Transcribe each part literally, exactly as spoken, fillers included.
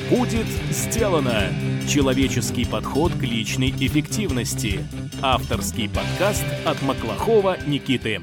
Будет сделано! Человеческий подход к личной эффективности. Авторский подкаст от Маклахова Никиты.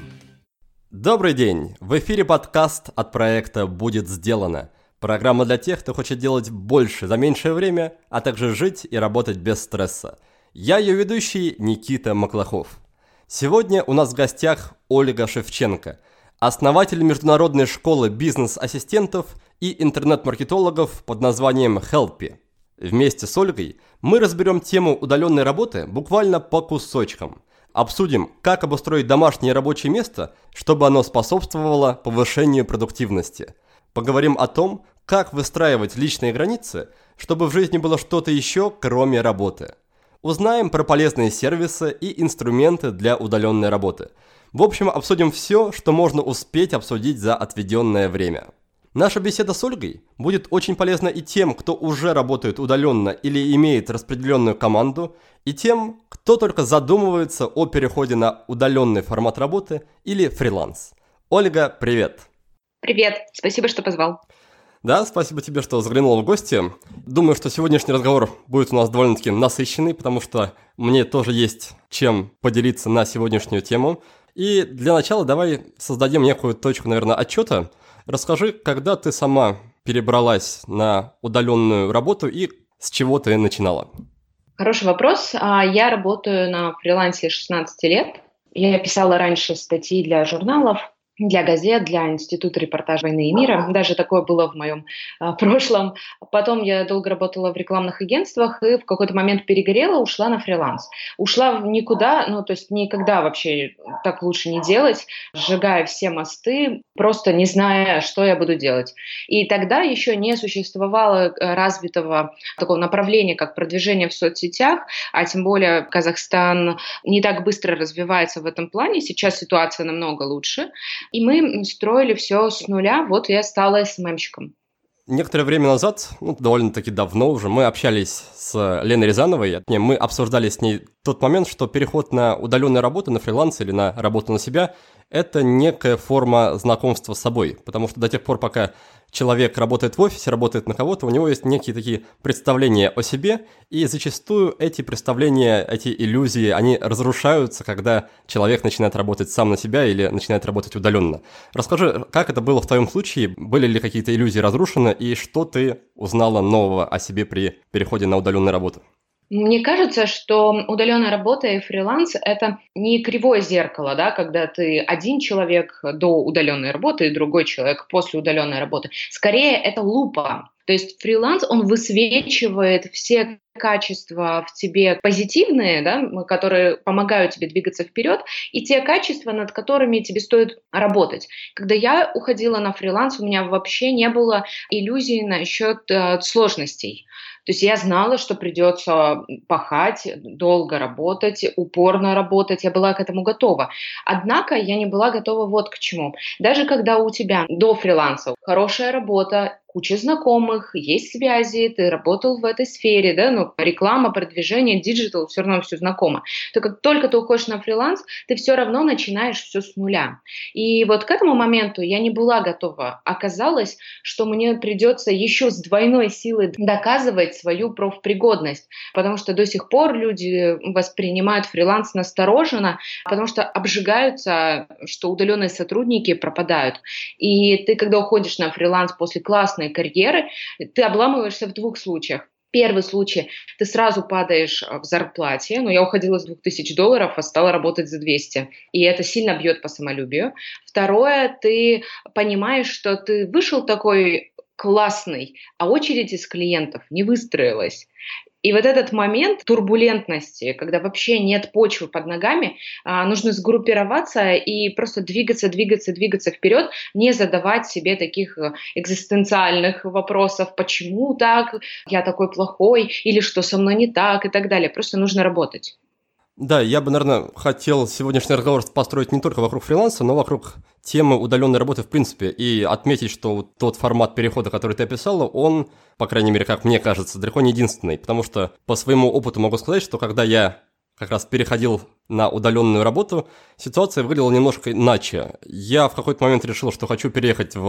Добрый день! В эфире подкаст от проекта «Будет сделано». Программа для тех, кто хочет делать больше за меньшее время, а также жить и работать без стресса. Я ее ведущий Никита Маклахов. Сегодня у нас в гостях Ольга Шевченко, основатель международной школы бизнес-ассистентов и интернет-маркетологов под названием Helpy. Вместе с Ольгой мы разберем тему удаленной работы буквально по кусочкам. Обсудим, как обустроить домашнее рабочее место, чтобы оно способствовало повышению продуктивности. Поговорим о том, как выстраивать личные границы, чтобы в жизни было что-то еще, кроме работы. Узнаем про полезные сервисы и инструменты для удаленной работы. В общем, обсудим все, что можно успеть обсудить за отведенное время. Наша беседа с Ольгой будет очень полезна и тем, кто уже работает удаленно или имеет распределенную команду, и тем, кто только задумывается о переходе на удаленный формат работы или фриланс. Ольга, привет! Привет, спасибо, что позвал. Да, спасибо тебе, что заглянула в гости. Думаю, что сегодняшний разговор будет у нас довольно-таки насыщенный, потому что мне тоже есть чем поделиться на сегодняшнюю тему. И для начала давай создадим некую точку, наверное, отчета. Расскажи, когда ты сама перебралась на удаленную работу и с чего ты начинала? Хороший вопрос. Я работаю на фрилансе шестнадцать лет. Я писала раньше статьи для журналов, для газет, для Института репортажа «Войны и мира». Даже такое было в моем а, прошлом. Потом я долго работала в рекламных агентствах и в какой-то момент перегорела, ушла на фриланс. Ушла в никуда, ну то есть никогда вообще так лучше не делать, сжигая все мосты, просто не зная, что я буду делать. И тогда еще не существовало развитого такого направления, как продвижение в соцсетях, а тем более Казахстан не так быстро развивается в этом плане. Сейчас ситуация намного лучше. И мы строили все с нуля, вот я стала эс эм эм-щиком. Некоторое время назад, ну, довольно-таки давно уже, мы общались с Леной Рязановой. Мы обсуждали с ней тот момент, что переход на удаленную работу, на фриланс или на работу на себя – это некая форма знакомства с собой. Потому что до тех пор, пока человек работает в офисе, работает на кого-то, у него есть некие такие представления о себе, и зачастую эти представления, эти иллюзии, они разрушаются, когда человек начинает работать сам на себя или начинает работать удаленно. Расскажи, как это было в твоем случае, были ли какие-то иллюзии разрушены, и что ты узнала нового о себе при переходе на удаленную работу? Мне кажется, что удаленная работа и фриланс – это не кривое зеркало, да, когда ты один человек до удаленной работы и другой человек после удаленной работы. Скорее, это лупа. То есть фриланс, он высвечивает все качества в тебе позитивные, да, которые помогают тебе двигаться вперед, и те качества, над которыми тебе стоит работать. Когда я уходила на фриланс, у меня вообще не было иллюзий насчет э, сложностей. То есть я знала, что придется пахать, долго работать, упорно работать. Я была к этому готова. Однако я не была готова вот к чему. Даже когда у тебя до фриланса хорошая работа, куча знакомых, есть связи, ты работал в этой сфере, да, ну, реклама, продвижение, диджитал, все равно все знакомо. То как только ты уходишь на фриланс, ты все равно начинаешь все с нуля. И вот к этому моменту я не была готова. Оказалось, что мне придется еще с двойной силой доказывать свою профпригодность, потому что до сих пор люди воспринимают фриланс настороженно, потому что обжигаются, что удаленные сотрудники пропадают. И ты, когда уходишь на фриланс после классной карьеры, ты обламываешься в двух случаях. Первый случай – ты сразу падаешь в зарплате. Ну, я уходила с двух тысяч долларов, а стала работать за двести. И это сильно бьет по самолюбию. Второе – ты понимаешь, что ты вышел такой классный, а очередь из клиентов не выстроилась. И вот этот момент турбулентности, когда вообще нет почвы под ногами, нужно сгруппироваться и просто двигаться, двигаться, двигаться вперед, не задавать себе таких экзистенциальных вопросов, почему так, я такой плохой, или что со мной не так и так далее. Просто нужно работать. Да, я бы, наверное, хотел сегодняшний разговор построить не только вокруг фриланса, но вокруг темы удаленной работы в принципе, и отметить, что вот тот формат перехода, который ты описала, он, по крайней мере, как мне кажется, далеко не единственный, потому что по своему опыту могу сказать, что когда я как раз переходил на удаленную работу, ситуация выглядела немножко иначе. Я в какой-то момент решил, что хочу переехать в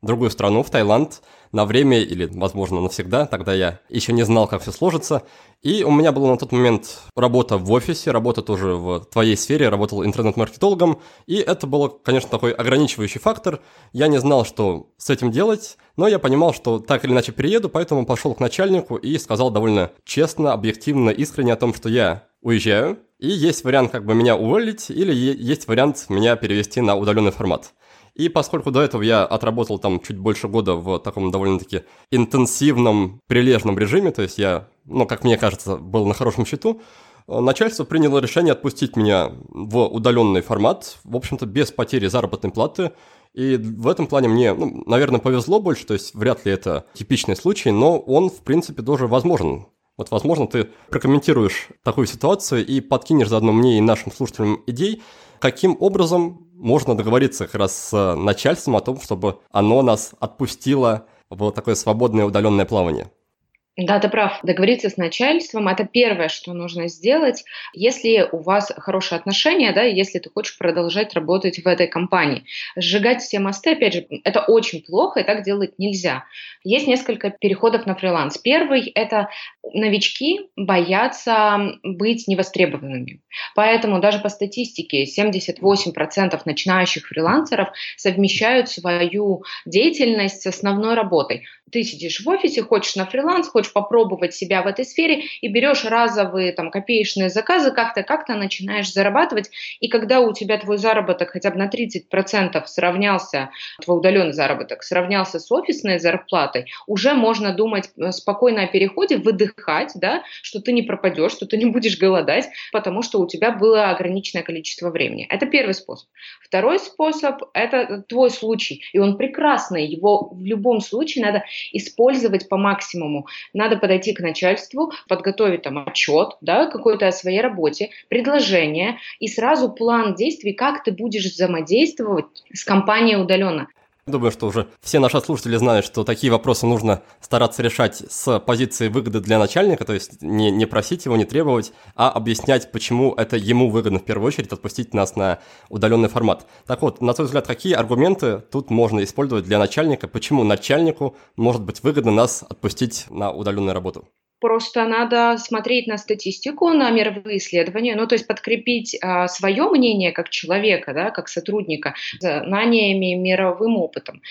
в другую страну, в Таиланд, на время или, возможно, навсегда. Тогда я еще не знал, как все сложится. И у меня была на тот момент работа в офисе, работа тоже в твоей сфере, я работал интернет-маркетологом. И это был, конечно, такой ограничивающий фактор. Я не знал, что с этим делать, но я понимал, что так или иначе перееду, поэтому пошел к начальнику и сказал довольно честно, объективно, искренне о том, что я уезжаю. И есть вариант как бы меня уволить, или есть вариант меня перевести на удаленный формат. И поскольку до этого я отработал там чуть больше года в таком довольно-таки интенсивном, прилежном режиме, то есть я, ну, как мне кажется, был на хорошем счету, начальство приняло решение отпустить меня в удаленный формат, в общем-то, без потери заработной платы. И в этом плане мне, ну, наверное, повезло больше, то есть вряд ли это типичный случай, но он, в принципе, тоже возможен. Вот, возможно, ты прокомментируешь такую ситуацию и подкинешь заодно мне и нашим слушателям идей, каким образом можно договориться как раз с начальством о том, чтобы оно нас отпустило в такое свободное удаленное плавание. Да, ты прав. Договориться с начальством – это первое, что нужно сделать, если у вас хорошие отношения, да, если ты хочешь продолжать работать в этой компании. Сжигать все мосты, опять же, это очень плохо, и так делать нельзя. Есть несколько переходов на фриланс. Первый – это новички боятся быть невостребованными. Поэтому даже по статистике семьдесят восемь процентов начинающих фрилансеров совмещают свою деятельность с основной работой. Ты сидишь в офисе, хочешь на фриланс, хочешь попробовать себя в этой сфере и берешь разовые там копеечные заказы, как-то как-то начинаешь зарабатывать. И когда у тебя твой заработок хотя бы на тридцать процентов сравнялся, твой удаленный заработок сравнялся с офисной зарплатой, уже можно думать спокойно о переходе, выдыхать, да, что ты не пропадешь, что ты не будешь голодать, потому что у тебя было ограниченное количество времени. Это первый способ. Второй способ – это твой случай, и он прекрасный, его в любом случае надо использовать по максимуму. Надо подойти к начальству, подготовить там отчет, да, какой-то о своей работе, предложение и сразу план действий, как ты будешь взаимодействовать с компанией удаленно. Думаю, что уже все наши слушатели знают, что такие вопросы нужно стараться решать с позиции выгоды для начальника, то есть не, не просить его, не требовать, а объяснять, почему это ему выгодно в первую очередь отпустить нас на удаленный формат. Так вот, на твой взгляд, какие аргументы тут можно использовать для начальника, почему начальнику может быть выгодно нас отпустить на удаленную работу? Просто надо смотреть на статистику, на мировые исследования, ну, то есть подкрепить а, свое мнение как человека, да, как сотрудника, знаниями, мировым опытом.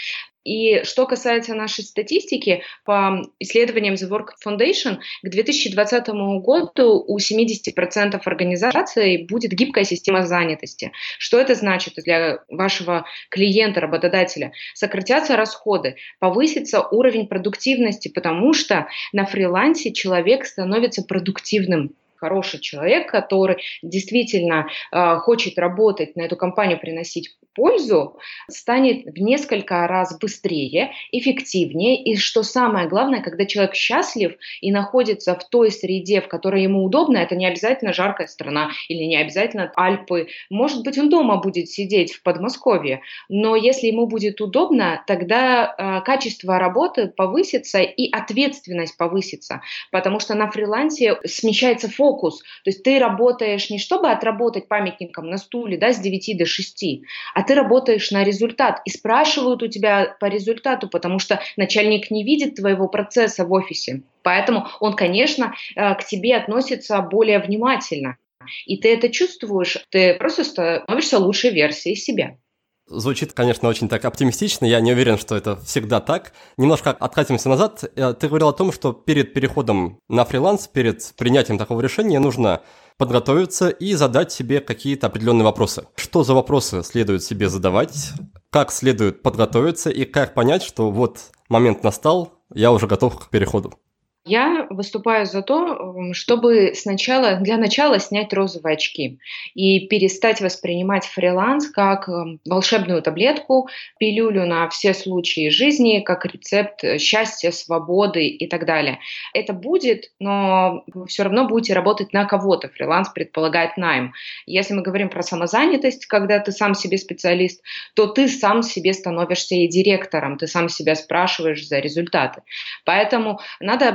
И что касается нашей статистики, по исследованиям The Work Foundation, к две тысячи двадцатому году у семьдесят процентов организаций будет гибкая система занятости. Что это значит для вашего клиента, работодателя? Сократятся расходы, повысится уровень продуктивности, потому что на фрилансе человек становится продуктивным. Хороший человек, который действительно э, хочет работать на эту компанию, приносить пользу, станет в несколько раз быстрее, эффективнее. И что самое главное, когда человек счастлив и находится в той среде, в которой ему удобно, это не обязательно жаркая страна или не обязательно Альпы. Может быть, он дома будет сидеть в Подмосковье, но если ему будет удобно, тогда э, качество работы повысится и ответственность повысится, потому что на фрилансе смещается фокус. Фокус. То есть ты работаешь не чтобы отработать памятником на стуле, да, с девяти до шести, а ты работаешь на результат. И спрашивают у тебя по результату, потому что начальник не видит твоего процесса в офисе. Поэтому он, конечно, к тебе относится более внимательно. И ты это чувствуешь, ты просто становишься лучшей версией себя. Звучит, конечно, очень так оптимистично, я не уверен, что это всегда так. Немножко откатимся назад. Ты говорил о том, что перед переходом на фриланс, перед принятием такого решения нужно подготовиться и задать себе какие-то определенные вопросы. Что за вопросы следует себе задавать, как следует подготовиться и как понять, что вот момент настал, я уже готов к переходу. Я выступаю за то, чтобы сначала, для начала снять розовые очки и перестать воспринимать фриланс как волшебную таблетку, пилюлю на все случаи жизни, как рецепт счастья, свободы и так далее. Это будет, но вы все равно будете работать на кого-то. Фриланс предполагает найм. Если мы говорим про самозанятость, когда ты сам себе специалист, то ты сам себе становишься и директором, ты сам себя спрашиваешь за результаты. Поэтому надо быть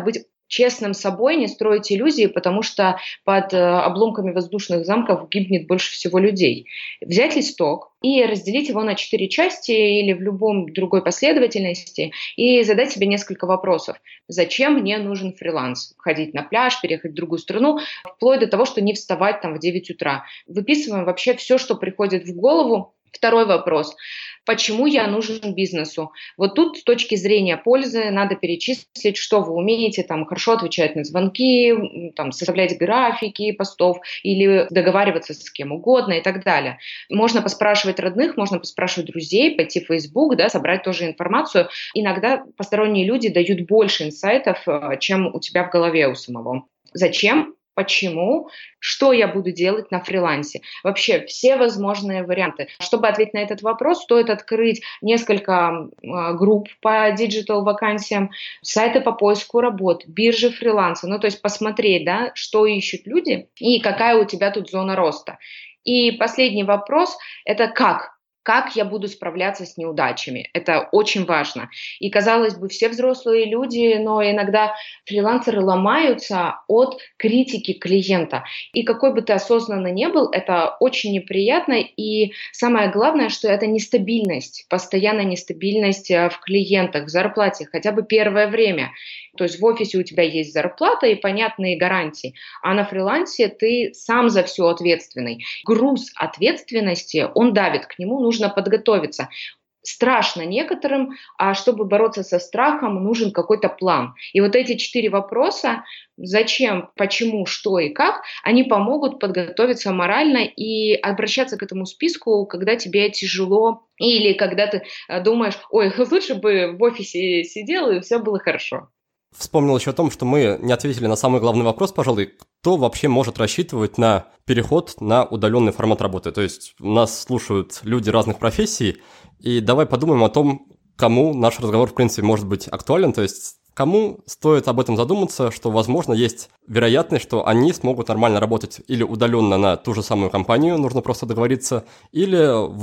честным с собой, не строить иллюзии, потому что под э, обломками воздушных замков гибнет больше всего людей. Взять листок и разделить его на четыре части или в любом другой последовательности и задать себе несколько вопросов. Зачем мне нужен фриланс? Ходить на пляж, переехать в другую страну, вплоть до того, что не вставать там в девять утра. Выписываем вообще все, что приходит в голову. Второй вопрос. Почему я нужен бизнесу? Вот тут с точки зрения пользы надо перечислить, что вы умеете, там, хорошо отвечать на звонки, там, составлять графики постов или договариваться с кем угодно и так далее. Можно поспрашивать родных, можно поспрашивать друзей, пойти в Facebook, да, собрать тоже информацию. Иногда посторонние люди дают больше инсайтов, чем у тебя в голове у самого. Зачем? Почему, что я буду делать на фрилансе. Вообще все возможные варианты. Чтобы ответить на этот вопрос, стоит открыть несколько э, групп по диджитал-вакансиям, сайты по поиску работ, биржи фриланса. Ну, то есть посмотреть, да, что ищут люди и какая у тебя тут зона роста. И последний вопрос – это как? Как я буду справляться с неудачами? Это очень важно. И, казалось бы, все взрослые люди, но иногда фрилансеры ломаются от критики клиента. И какой бы ты осознанный ни был, это очень неприятно. И самое главное, что это нестабильность, постоянная нестабильность в клиентах, в зарплате, хотя бы первое время. То есть в офисе у тебя есть зарплата и понятные гарантии, а на фрилансе ты сам за все ответственный. Груз ответственности, он давит, к нему нужно подготовиться. Страшно некоторым, а чтобы бороться со страхом, нужен какой-то план. И вот эти четыре вопроса, зачем, почему, что и как, они помогут подготовиться морально и обращаться к этому списку, когда тебе тяжело или когда ты думаешь, ой, лучше бы в офисе сидел и все было хорошо. Вспомнил еще о том, что мы не ответили на самый главный вопрос, пожалуй, кто вообще может рассчитывать на переход на удаленный формат работы. То есть нас слушают люди разных профессий, и давай подумаем о том, кому наш разговор, в принципе, может быть актуален, то есть кому стоит об этом задуматься, что, возможно, есть вероятность, что они смогут нормально работать или удаленно на ту же самую компанию, нужно просто договориться, или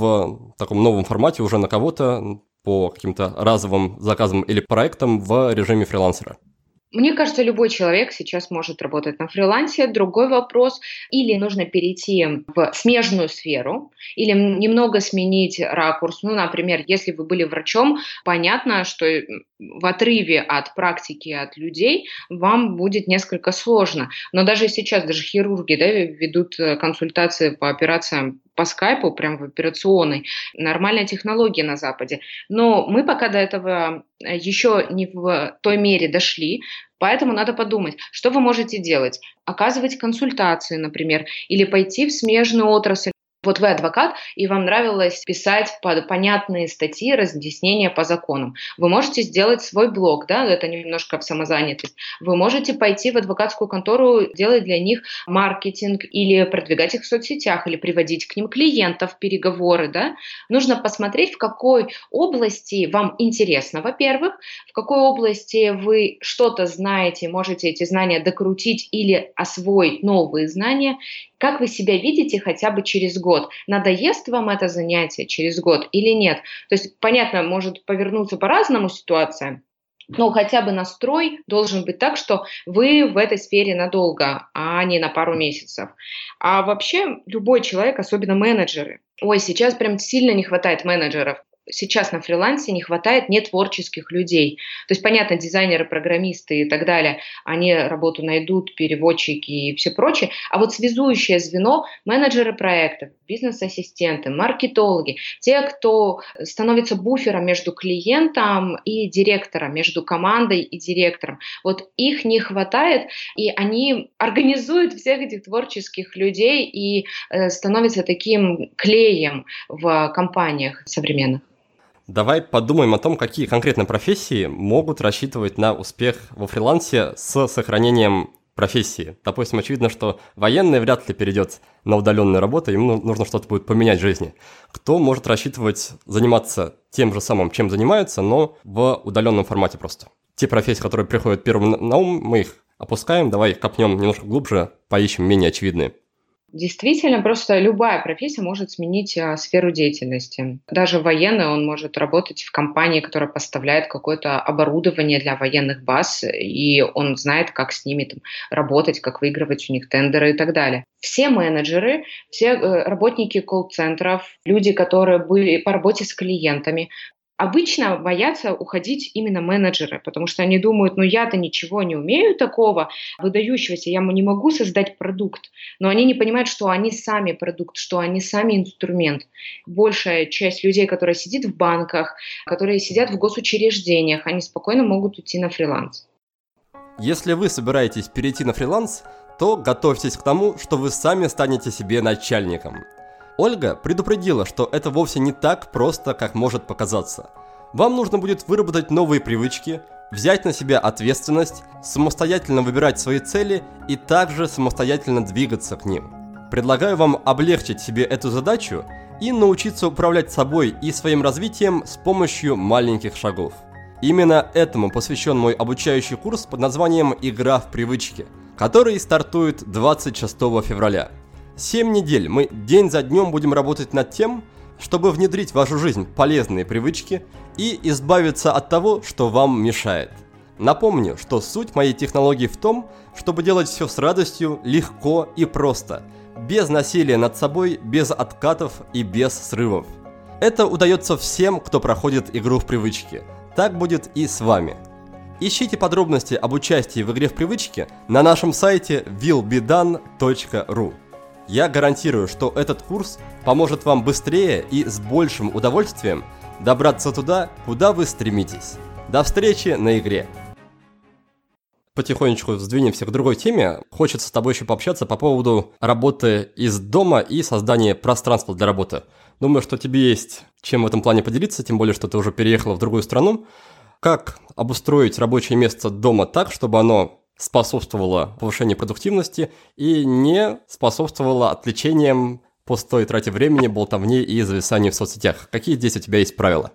в таком новом формате уже на кого-то, по каким-то разовым заказам или проектам в режиме фрилансера. Мне кажется, любой человек сейчас может работать на фрилансе. Другой вопрос, или нужно перейти в смежную сферу, или немного сменить ракурс. Ну, например, если вы были врачом, понятно, что в отрыве от практики, от людей вам будет несколько сложно. Но даже сейчас, даже хирурги, да, ведут консультации по операциям по скайпу, прям в операционной. Нормальная технология на Западе. Но мы пока до этого еще не в той мере дошли, поэтому надо подумать, что вы можете делать. Оказывать консультации, например, или пойти в смежную отрасль. Вот вы адвокат, и вам нравилось писать под понятные статьи, разъяснения по законам. Вы можете сделать свой блог, да, это немножко в самозанятость. Вы можете пойти в адвокатскую контору, делать для них маркетинг или продвигать их в соцсетях, или приводить к ним клиентов, переговоры, да. Нужно посмотреть, в какой области вам интересно, во-первых, в какой области вы что-то знаете, можете эти знания докрутить или освоить новые знания, как вы себя видите хотя бы через год. Надоест вам это занятие через год или нет? То есть, понятно, может повернуться по-разному ситуация, но хотя бы настрой должен быть так, что вы в этой сфере надолго, а не на пару месяцев. А вообще любой человек, особенно менеджеры. Ой, сейчас прям сильно не хватает менеджеров. Сейчас на фрилансе не хватает нетворческих людей. То есть, понятно, дизайнеры, программисты и так далее, они работу найдут, переводчики и все прочее. А вот связующее звено – менеджеры проектов, бизнес-ассистенты, маркетологи, те, кто становится буфером между клиентом и директором, между командой и директором. Вот их не хватает, и они организуют всех этих творческих людей и э, становятся таким клеем в компаниях современных. Давай подумаем о том, какие конкретно профессии могут рассчитывать на успех во фрилансе с сохранением профессии. Допустим, очевидно, что военный вряд ли перейдет на удаленную работу, ему нужно что-то будет поменять в жизни. Кто может рассчитывать заниматься тем же самым, чем занимается, но в удаленном формате просто? Те профессии, которые приходят первым на ум, мы их опускаем, давай копнем немножко глубже, поищем менее очевидные. Действительно, просто любая профессия может сменить а, сферу деятельности. Даже военный, он может работать в компании, которая поставляет какое-то оборудование для военных баз, и он знает, как с ними там, работать, как выигрывать у них тендеры и так далее. Все менеджеры, все э, работники колл-центров, люди, которые были по работе с клиентами, обычно боятся уходить именно менеджеры, потому что они думают, ну я-то ничего не умею такого выдающегося, я не могу создать продукт, но они не понимают, что они сами продукт, что они сами инструмент. Большая часть людей, которые сидят в банках, которые сидят в госучреждениях, они спокойно могут уйти на фриланс. Если вы собираетесь перейти на фриланс, то готовьтесь к тому, что вы сами станете себе начальником. Ольга предупредила, что это вовсе не так просто, как может показаться. Вам нужно будет выработать новые привычки, взять на себя ответственность, самостоятельно выбирать свои цели и также самостоятельно двигаться к ним. Предлагаю вам облегчить себе эту задачу и научиться управлять собой и своим развитием с помощью маленьких шагов. Именно этому посвящен мой обучающий курс под названием «Игра в привычки», который стартует двадцать шестого февраля. Семь недель мы день за днем будем работать над тем, чтобы внедрить в вашу жизнь полезные привычки и избавиться от того, что вам мешает. Напомню, что суть моей технологии в том, чтобы делать все с радостью, легко и просто, без насилия над собой, без откатов и без срывов. Это удается всем, кто проходит игру в привычки. Так будет и с вами. Ищите подробности об участии в игре в привычки на нашем сайте will be done точка ru. Я гарантирую, что этот курс поможет вам быстрее и с большим удовольствием добраться туда, куда вы стремитесь. До встречи на игре! Потихонечку сдвинемся к другой теме. Хочется с тобой еще пообщаться по поводу работы из дома и создания пространства для работы. Думаю, что тебе есть чем в этом плане поделиться, тем более, что ты уже переехала в другую страну. Как обустроить рабочее место дома так, чтобы оно способствовало повышению продуктивности и не способствовало отвлечениям, пустой трате времени, болтовне и зависанию в соцсетях? Какие здесь у тебя есть правила?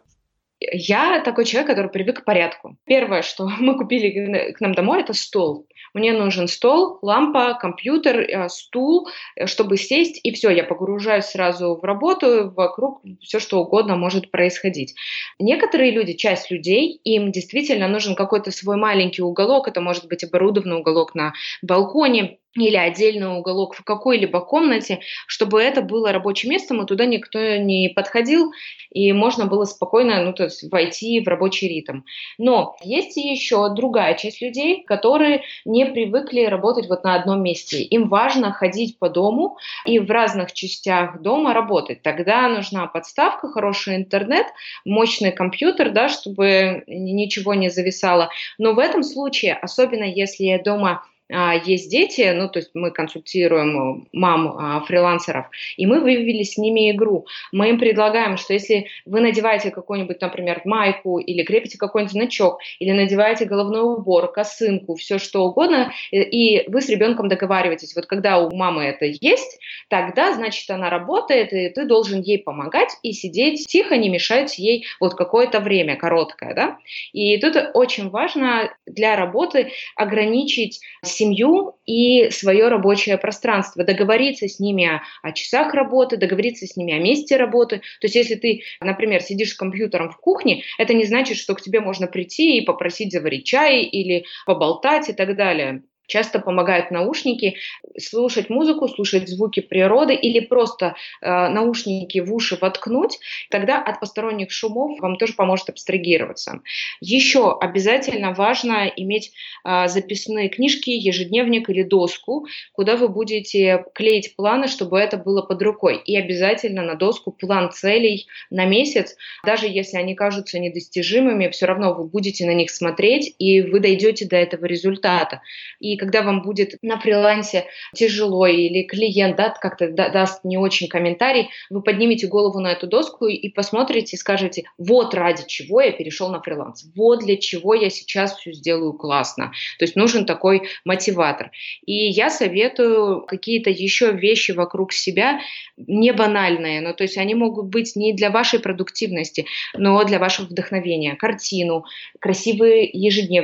Я такой человек, который привык к порядку. Первое, что мы купили к нам домой, это стол. Мне нужен стол, лампа, компьютер, стул, чтобы сесть, и все, я погружаюсь сразу в работу, вокруг все что угодно может происходить. Некоторые люди, часть людей, им действительно нужен какой-то свой маленький уголок, это может быть оборудованный уголок на балконе, или отдельный уголок в какой-либо комнате, чтобы это было рабочим местом, и туда никто не подходил, и можно было спокойно, ну, то есть войти в рабочий ритм. Но есть и еще другая часть людей, которые не привыкли работать вот на одном месте. Им важно ходить по дому и в разных частях дома работать. Тогда нужна подставка, хороший интернет, мощный компьютер, да, чтобы ничего не зависало. Но в этом случае, особенно если дома есть дети, ну, то есть мы консультируем мам фрилансеров, и мы вывели с ними игру. Мы им предлагаем, что если вы надеваете какую-нибудь, например, майку, или крепите какой-нибудь значок, или надеваете головной убор, косынку, все что угодно, и вы с ребенком договариваетесь, вот когда у мамы это есть, тогда, значит, она работает, и ты должен ей помогать и сидеть тихо, не мешать ей вот какое-то время, короткое, да. И тут очень важно для работы ограничить семью и свое рабочее пространство, договориться с ними о, о часах работы, договориться с ними о месте работы. То есть если ты, например, сидишь с компьютером в кухне, это не значит, что к тебе можно прийти и попросить заварить чай или поболтать и так далее. Часто помогают наушники, слушать музыку, слушать звуки природы или просто э, наушники в уши воткнуть, тогда от посторонних шумов вам тоже поможет абстрагироваться. Еще обязательно важно иметь э, записные книжки, ежедневник или доску, куда вы будете клеить планы, чтобы это было под рукой. И обязательно на доску план целей на месяц, даже если они кажутся недостижимыми, все равно вы будете на них смотреть, и вы дойдете до этого результата. И когда вам будет на фрилансе тяжело или клиент да, как-то да, даст не очень комментарий, вы поднимете голову на эту доску и посмотрите и скажете, вот ради чего я перешел на фриланс, вот для чего я сейчас все сделаю классно. То есть нужен такой мотиватор. И я советую какие-то еще вещи вокруг себя, не банальные, но то есть они могут быть не для вашей продуктивности, но для вашего вдохновения. Картину, красивый ежедневник,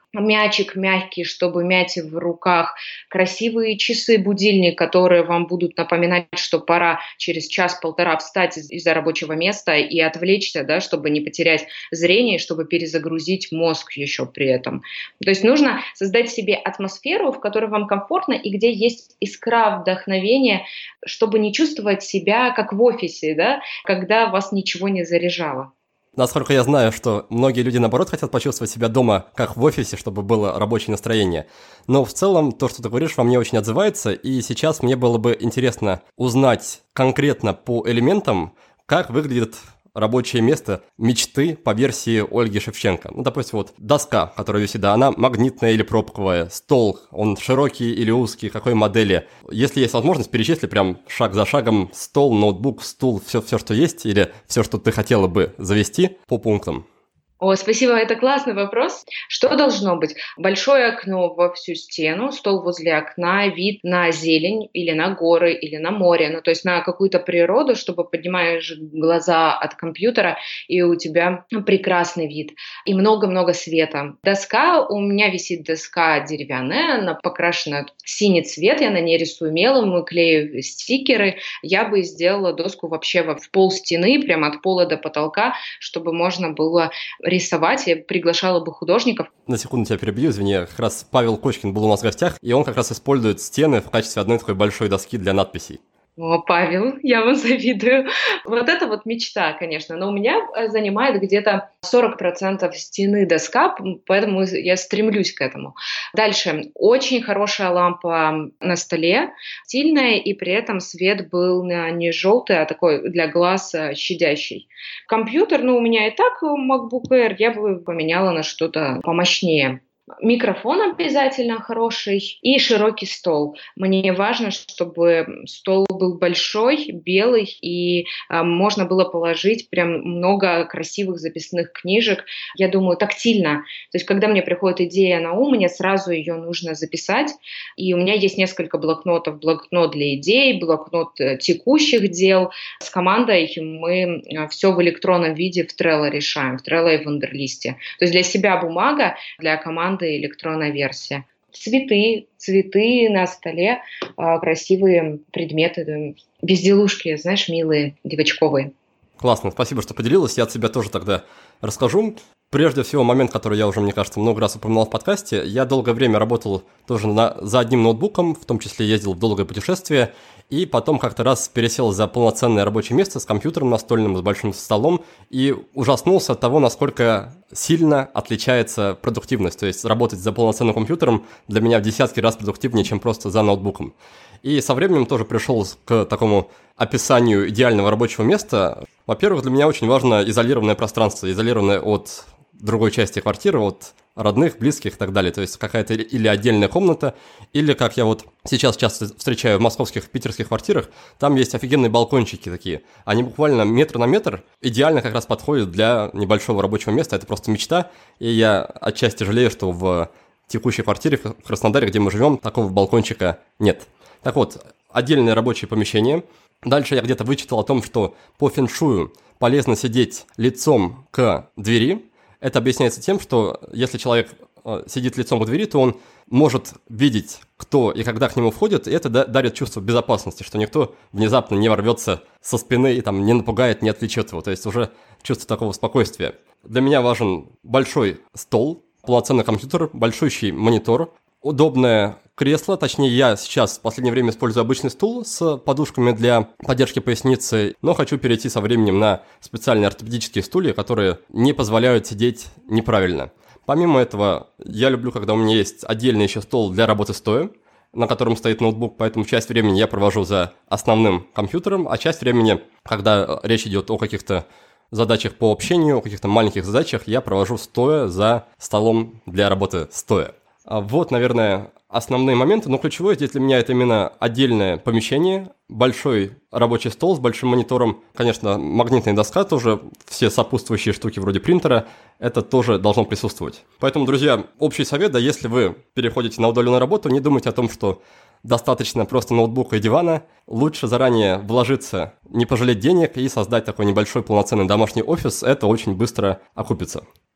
мячик мягкий, чтобы мять в руках, красивые часы, будильник, которые вам будут напоминать, что пора через час-полтора встать из- из-за рабочего места и отвлечься, да, чтобы не потерять зрение, чтобы перезагрузить мозг еще при этом. То есть нужно создать себе атмосферу, в которой вам комфортно и где есть искра вдохновения, чтобы не чувствовать себя как в офисе, да, когда вас ничего не заряжало. Насколько я знаю, что многие люди, наоборот, хотят почувствовать себя дома, как в офисе, чтобы было рабочее настроение. Но в целом, то, что ты говоришь, во мне очень отзывается, и сейчас мне было бы интересно узнать конкретно по элементам, как выглядит рабочее место мечты по версии Ольги Шевченко. Ну, допустим, вот доска, которая висит, да, она магнитная или пробковая, стол, он широкий или узкий, какой модели. Если есть возможность, перечисли прям шаг за шагом стол, ноутбук, стул, все, все, что есть, или все, что ты хотела бы завести по пунктам. О, спасибо, это классный вопрос. Что должно быть? Большое окно во всю стену, стол возле окна, вид на зелень или на горы, или на море, ну то есть на какую-то природу, чтобы поднимаешь глаза от компьютера, и у тебя прекрасный вид. И много-много света. Доска, у меня висит доска деревянная, она покрашена в синий цвет, я на ней рисую мелом, клею стикеры. Я бы сделала доску вообще в пол стены, прямо от пола до потолка, чтобы можно было рисовать, я приглашала бы художников. На секунду тебя перебью, извини, как раз Павел Кочкин был у нас в гостях, и он как раз использует стены в качестве одной такой большой доски для надписей. О, Павел, я вам завидую. Вот это вот мечта, конечно. Но у меня занимает где-то сорок процентов стены доска, поэтому я стремлюсь к этому. Дальше. Очень хорошая лампа на столе, стильная, и при этом свет был не желтый, а такой для глаз щадящий. Компьютер, ну, у меня и так MacBook Air, я бы поменяла на что-то помощнее. Микрофон обязательно хороший и широкий стол. Мне важно, чтобы стол был большой, белый, и э, можно было положить прям много красивых записных книжек. Я думаю, тактильно. То есть, когда мне приходит идея на ум, мне сразу ее нужно записать. И у меня есть несколько блокнотов. Блокнот для идей, блокнот текущих дел. С командой мы все в электронном виде в Trello решаем, в Trello и в Wunderlist. То есть для себя бумага, для команды электронная версия. Цветы, цветы на столе, красивые предметы, безделушки, знаешь, милые, девочковые. Классно, спасибо, что поделилась. Я от себя тоже тогда расскажу. Прежде всего, момент, который я уже, мне кажется, много раз упоминал в подкасте. Я долгое время работал тоже на, за одним ноутбуком, в том числе ездил в долгое путешествие, и потом как-то раз пересел за полноценное рабочее место с компьютером настольным, с большим столом, и ужаснулся от того, насколько сильно отличается продуктивность. То есть работать за полноценным компьютером для меня в десятки раз продуктивнее, чем просто за ноутбуком. И со временем тоже пришел к такому описанию идеального рабочего места. Во-первых, для меня очень важно изолированное пространство, изолированное от другой части квартиры, от родных, близких и так далее. То есть какая-то или отдельная комната, или, как я вот сейчас часто встречаю в московских, питерских квартирах, там есть офигенные балкончики такие. Они буквально метр на метр идеально как раз подходят для небольшого рабочего места. Это просто мечта, и я отчасти жалею, что в текущей квартире в Краснодаре, где мы живем, такого балкончика нет. Так вот, отдельное рабочее помещение. Дальше я где-то вычитал о том, что по фэншую полезно сидеть лицом к двери. Это объясняется тем, что если человек э, сидит лицом к двери, то он может видеть, кто и когда к нему входит, и это да, дарит чувство безопасности, что никто внезапно не ворвется со спины и там не напугает, не отвлечет его. То есть уже чувство такого спокойствия. Для меня важен большой стол, полноценный компьютер, большущий монитор, удобное кресло, точнее я сейчас в последнее время использую обычный стул с подушками для поддержки поясницы, но хочу перейти со временем на специальные ортопедические стулья, которые не позволяют сидеть неправильно. Помимо этого, я люблю, когда у меня есть отдельный еще стол для работы стоя, на котором стоит ноутбук, поэтому часть времени я провожу за основным компьютером, а часть времени, когда речь идет о каких-то задачах по общению, о каких-то маленьких задачах, я провожу стоя за столом для работы стоя. Вот, наверное, основные моменты, но ключевое здесь для меня это именно отдельное помещение, большой рабочий стол с большим монитором, конечно, магнитная доска тоже, все сопутствующие штуки вроде принтера, это тоже должно присутствовать. Поэтому, друзья, общий совет, да, если вы переходите на удаленную работу, не думайте о том, что достаточно просто ноутбука и дивана, лучше заранее вложиться, не пожалеть денег и создать такой небольшой полноценный домашний офис, это очень быстро окупится.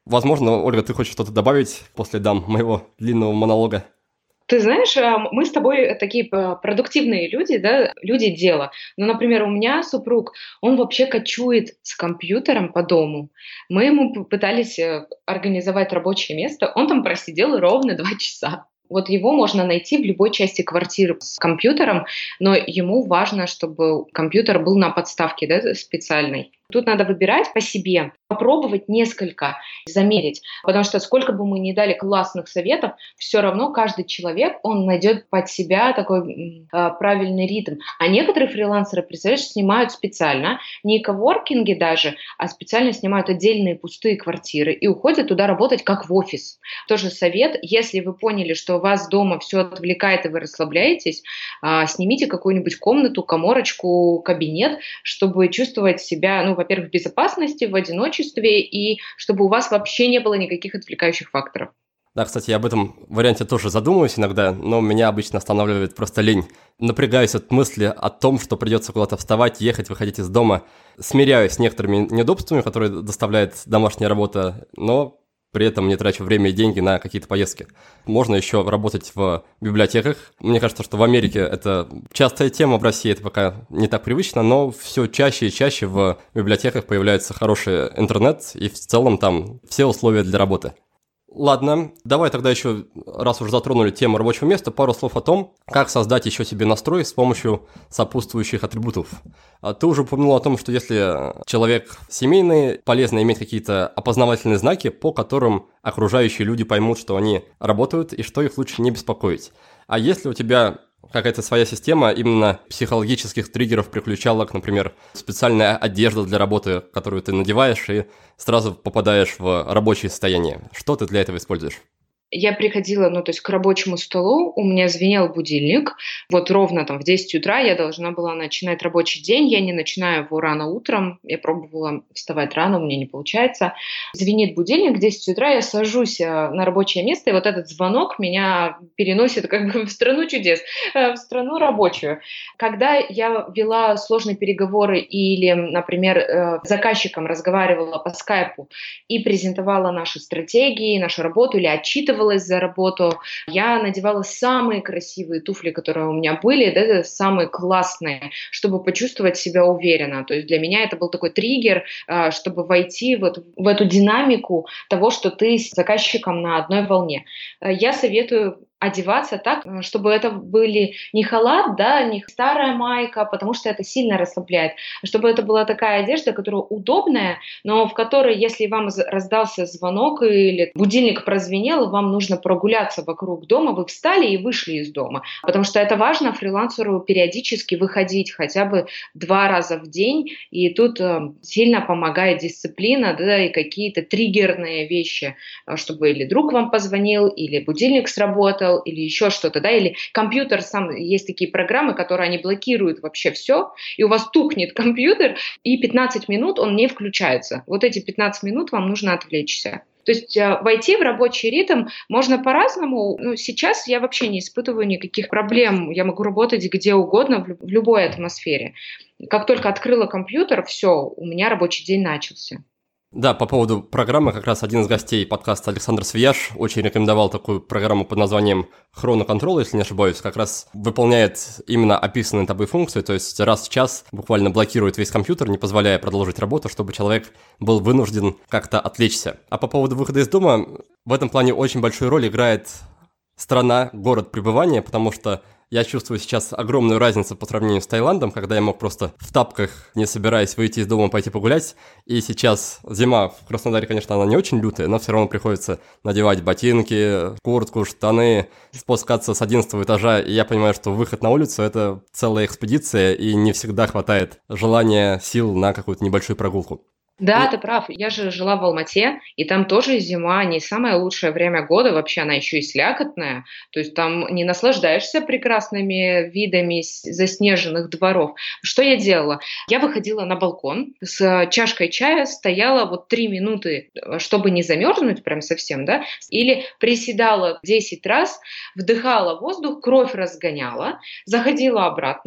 Возможно, Ольга, ты хочешь что-то добавить после дам моего длинного монолога? Ты знаешь, мы с тобой такие продуктивные люди, да, люди дела. Ну, например, у меня супруг, он вообще кочует с компьютером по дому. Мы ему пытались организовать рабочее место, он там просидел ровно два часа. Вот его можно найти в любой части квартиры с компьютером, но ему важно, чтобы компьютер был на подставке, да, специальной. Тут надо выбирать по себе, попробовать несколько, замерить. Потому что сколько бы мы ни дали классных советов, все равно каждый человек, он найдет под себя такой э, правильный ритм. А некоторые фрилансеры, представляешь, снимают специально, не коворкинги даже, а специально снимают отдельные пустые квартиры и уходят туда работать как в офис. Тоже совет, если вы поняли, что вас дома все отвлекает и вы расслабляетесь, э, снимите какую-нибудь комнату, каморочку, кабинет, чтобы чувствовать себя, ну, во-первых, в безопасности, в одиночестве, и чтобы у вас вообще не было никаких отвлекающих факторов. Да, кстати, я об этом варианте тоже задумываюсь иногда, но меня обычно останавливает просто лень. Напрягаюсь от мысли о том, что придется куда-то вставать, ехать, выходить из дома. Смиряюсь с некоторыми неудобствами, которые доставляет домашняя работа, но при этом не трачу время и деньги на какие-то поездки. Можно еще работать в библиотеках. Мне кажется, что в Америке это частая тема, в России это пока не так привычно, но все чаще и чаще в библиотеках появляется хороший интернет, и в целом там все условия для работы. Ладно, давай тогда еще, раз уже затронули тему рабочего места, пару слов о том, как создать еще себе настрой с помощью сопутствующих атрибутов. Ты уже упомянул о том, что если человек семейный, полезно иметь какие-то опознавательные знаки, по которым окружающие люди поймут, что они работают и что их лучше не беспокоить. А если у тебя какая-то своя система именно психологических триггеров, приключалок, например, специальная одежда для работы, которую ты надеваешь и сразу попадаешь в рабочее состояние. Что ты для этого используешь? Я приходила, ну, то есть к рабочему столу, у меня звенел будильник, вот ровно там в десять утра я должна была начинать рабочий день, я не начинаю его рано утром, я пробовала вставать рано, у меня не получается. Звенит будильник, в десять утра я сажусь на рабочее место, и вот этот звонок меня переносит как бы в страну чудес, в страну рабочую. Когда я вела сложные переговоры или, например, с заказчиком разговаривала по скайпу и презентовала наши стратегии, нашу работу или отчитывала за работу, я надевала самые красивые туфли, которые у меня были, да, самые классные, чтобы почувствовать себя уверенно. То есть для меня это был такой триггер, чтобы войти вот в эту динамику того, что ты с заказчиком на одной волне. Я советую одеваться так, чтобы это были не халат, да, не старая майка, потому что это сильно расслабляет, а чтобы это была такая одежда, которая удобная, но в которой, если вам раздался звонок или будильник прозвенел, вам нужно прогуляться вокруг дома, вы встали и вышли из дома, потому что это важно фрилансеру периодически выходить хотя бы два раза в день, и тут э, сильно помогает дисциплина, да, и какие-то триггерные вещи, чтобы или друг вам позвонил, или будильник сработал, или еще что-то, да, или компьютер сам, есть такие программы, которые они блокируют вообще все, и у вас тухнет компьютер, и пятнадцать минут он не включается. Вот эти пятнадцать минут вам нужно отвлечься. То есть э, войти в рабочий ритм можно по-разному. Ну, сейчас я вообще не испытываю никаких проблем. Я могу работать где угодно, в, в любой атмосфере. Как только открыла компьютер, все, у меня рабочий день начался. Да, по поводу программы, как раз один из гостей подкаста Александр Свияж очень рекомендовал такую программу под названием Chrono Control, если не ошибаюсь, как раз выполняет именно описанные тобой функции, то есть раз в час буквально блокирует весь компьютер, не позволяя продолжить работу, чтобы человек был вынужден как-то отвлечься. А по поводу выхода из дома, в этом плане очень большую роль играет страна, город пребывания, потому что я чувствую сейчас огромную разницу по сравнению с Таиландом, когда я мог просто в тапках, не собираясь выйти из дома, пойти погулять. И сейчас зима в Краснодаре, конечно, она не очень лютая, но все равно приходится надевать ботинки, куртку, штаны, спускаться с одиннадцатого этажа. И я понимаю, что выход на улицу – это целая экспедиция, и не всегда хватает желания, сил на какую-то небольшую прогулку. Да, ты прав. Я же жила в Алмате, и там тоже зима не самое лучшее время года, вообще она еще и слякотная. То есть там не наслаждаешься прекрасными видами заснеженных дворов. Что я делала? Я выходила на балкон с чашкой чая, стояла вот три минуты, чтобы не замерзнуть прям совсем, да, или приседала десять раз, вдыхала воздух, кровь разгоняла, заходила обратно,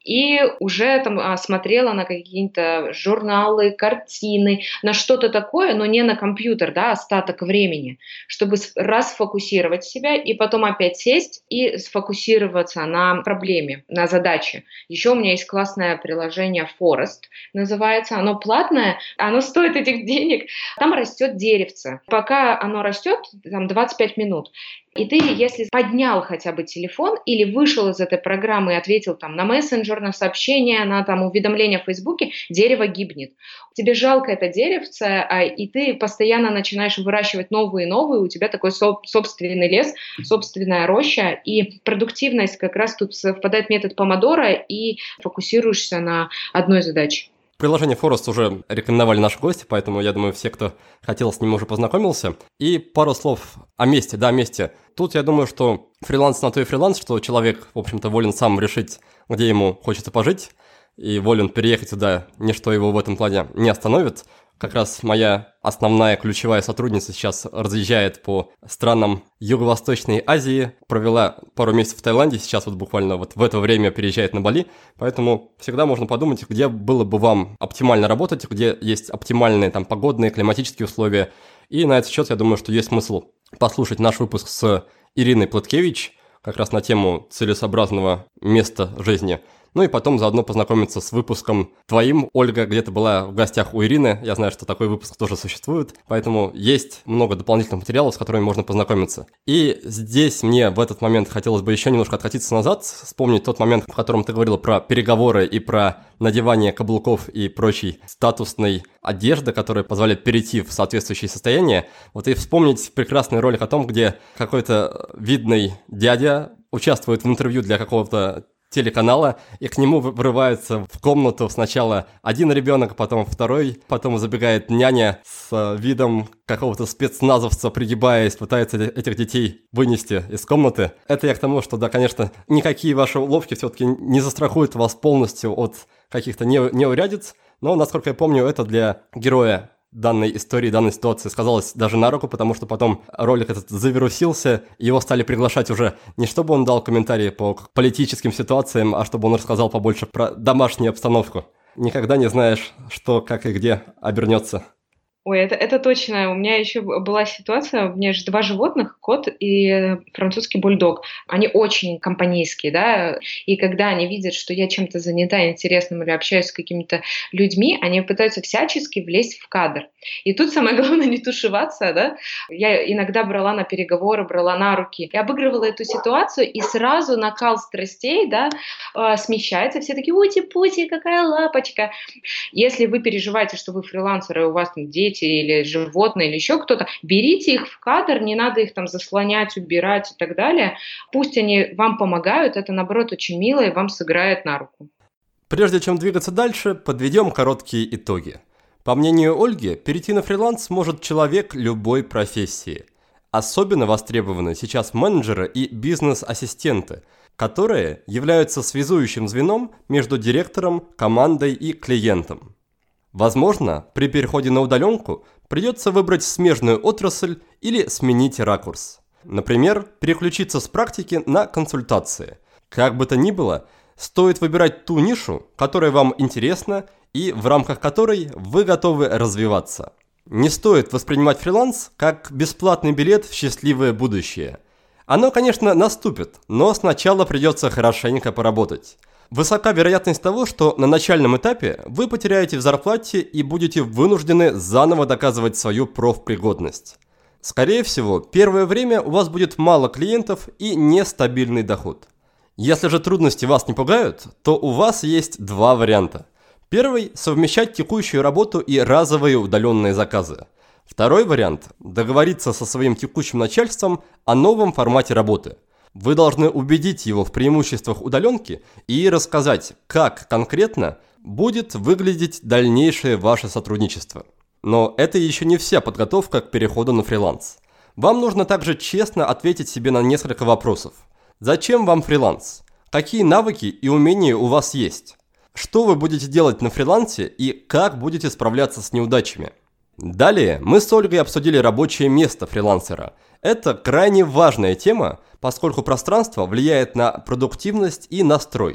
и уже там смотрела на какие-то журналы, картины, на что-то такое, но не на компьютер, да, остаток времени, чтобы расфокусировать себя и потом опять сесть и сфокусироваться на проблеме, на задаче. Еще у меня есть классное приложение Forest, называется, оно платное, оно стоит этих денег, там растет деревце. Пока оно растет, там двадцать пять минут. И ты, если поднял хотя бы телефон или вышел из этой программы и ответил там на мессенджер, на сообщение, на там уведомления в Фейсбуке, дерево гибнет. Тебе жалко это деревце, а, и ты постоянно начинаешь выращивать новые и новые, у тебя такой со- собственный лес, собственная роща, и продуктивность как раз тут совпадает метод помодоро, и фокусируешься на одной задаче. Приложение Forest уже рекомендовали наши гости, поэтому я думаю, все, кто хотел, с ним уже познакомился. И пару слов о месте, да, о месте. Тут я думаю, что фриланс на то и фриланс, что человек, в общем-то, волен сам решить, где ему хочется пожить, и волен переехать туда, ничто его в этом плане не остановит. Как раз моя основная ключевая сотрудница сейчас разъезжает по странам Юго-Восточной Азии, провела пару месяцев в Таиланде, сейчас вот буквально вот в это время переезжает на Бали, поэтому всегда можно подумать, где было бы вам оптимально работать, где есть оптимальные там погодные, климатические условия. И на этот счет я думаю, что есть смысл послушать наш выпуск с Ириной Плоткевич, как раз на тему целесообразного места жизни. Ну и потом заодно познакомиться с выпуском твоим. Ольга где-то была в гостях у Ирины. Я знаю, что такой выпуск тоже существует. Поэтому есть много дополнительных материалов, с которыми можно познакомиться. И здесь мне в этот момент хотелось бы еще немножко откатиться назад, вспомнить тот момент, в котором ты говорила про переговоры и про надевание каблуков и прочей статусной одежды, которая позволяет перейти в соответствующее состояние. Вот и вспомнить прекрасный ролик о том, где какой-то видный дядя участвует в интервью для какого-то телеканала, и к нему врывается в комнату сначала один ребенок, потом второй, потом забегает няня с видом какого-то спецназовца, пригибаясь, пытается этих детей вынести из комнаты. Это я к тому, что, да, конечно, никакие ваши уловки все-таки не застрахуют вас полностью от каких-то неурядиц, но, насколько я помню, это для героя данной истории, данной ситуации сказалось даже на руку, потому что потом ролик этот завирусился, и его стали приглашать уже не чтобы он дал комментарии по политическим ситуациям, а чтобы он рассказал побольше про домашнюю обстановку. Никогда не знаешь, что, как и где обернется. Ой, это, это точно. У меня еще была ситуация, у меня же два животных, кот и французский бульдог. Они очень компанейские, да, и когда они видят, что я чем-то занята интересным или общаюсь с какими-то людьми, они пытаются всячески влезть в кадр. И тут самое главное не тушеваться, да. Я иногда брала на переговоры, брала на руки, и обыгрывала эту ситуацию, и сразу накал страстей, да, смещается. Все такие: ути-пути, какая лапочка. Если вы переживаете, что вы фрилансеры, и у вас там дети, или животные, или еще кто-то, берите их в кадр, не надо их там заслонять, убирать и так далее. Пусть они вам помогают, это, наоборот, очень мило и вам сыграет на руку. Прежде чем двигаться дальше, подведем короткие итоги. По мнению Ольги, перейти на фриланс может человек любой профессии. Особенно востребованы сейчас менеджеры и бизнес-ассистенты, которые являются связующим звеном между директором, командой и клиентом. Возможно, при переходе на удаленку придется выбрать смежную отрасль или сменить ракурс. Например, переключиться с практики на консультации. Как бы то ни было, стоит выбирать ту нишу, которая вам интересна и в рамках которой вы готовы развиваться. Не стоит воспринимать фриланс как бесплатный билет в счастливое будущее. Оно, конечно, наступит, но сначала придется хорошенько поработать. Высока вероятность того, что на начальном этапе вы потеряете в зарплате и будете вынуждены заново доказывать свою профпригодность. Скорее всего, первое время у вас будет мало клиентов и нестабильный доход. Если же трудности вас не пугают, то у вас есть два варианта. Первый – совмещать текущую работу и разовые удаленные заказы. Второй вариант – договориться со своим текущим начальством о новом формате работы. Вы должны убедить его в преимуществах удаленки и рассказать, как конкретно будет выглядеть дальнейшее ваше сотрудничество. Но это еще не вся подготовка к переходу на фриланс. Вам нужно также честно ответить себе на несколько вопросов. Зачем вам фриланс? Какие навыки и умения у вас есть? Что вы будете делать на фрилансе и как будете справляться с неудачами? Далее мы с Ольгой обсудили рабочее место фрилансера. Это крайне важная тема, поскольку пространство влияет на продуктивность и настрой.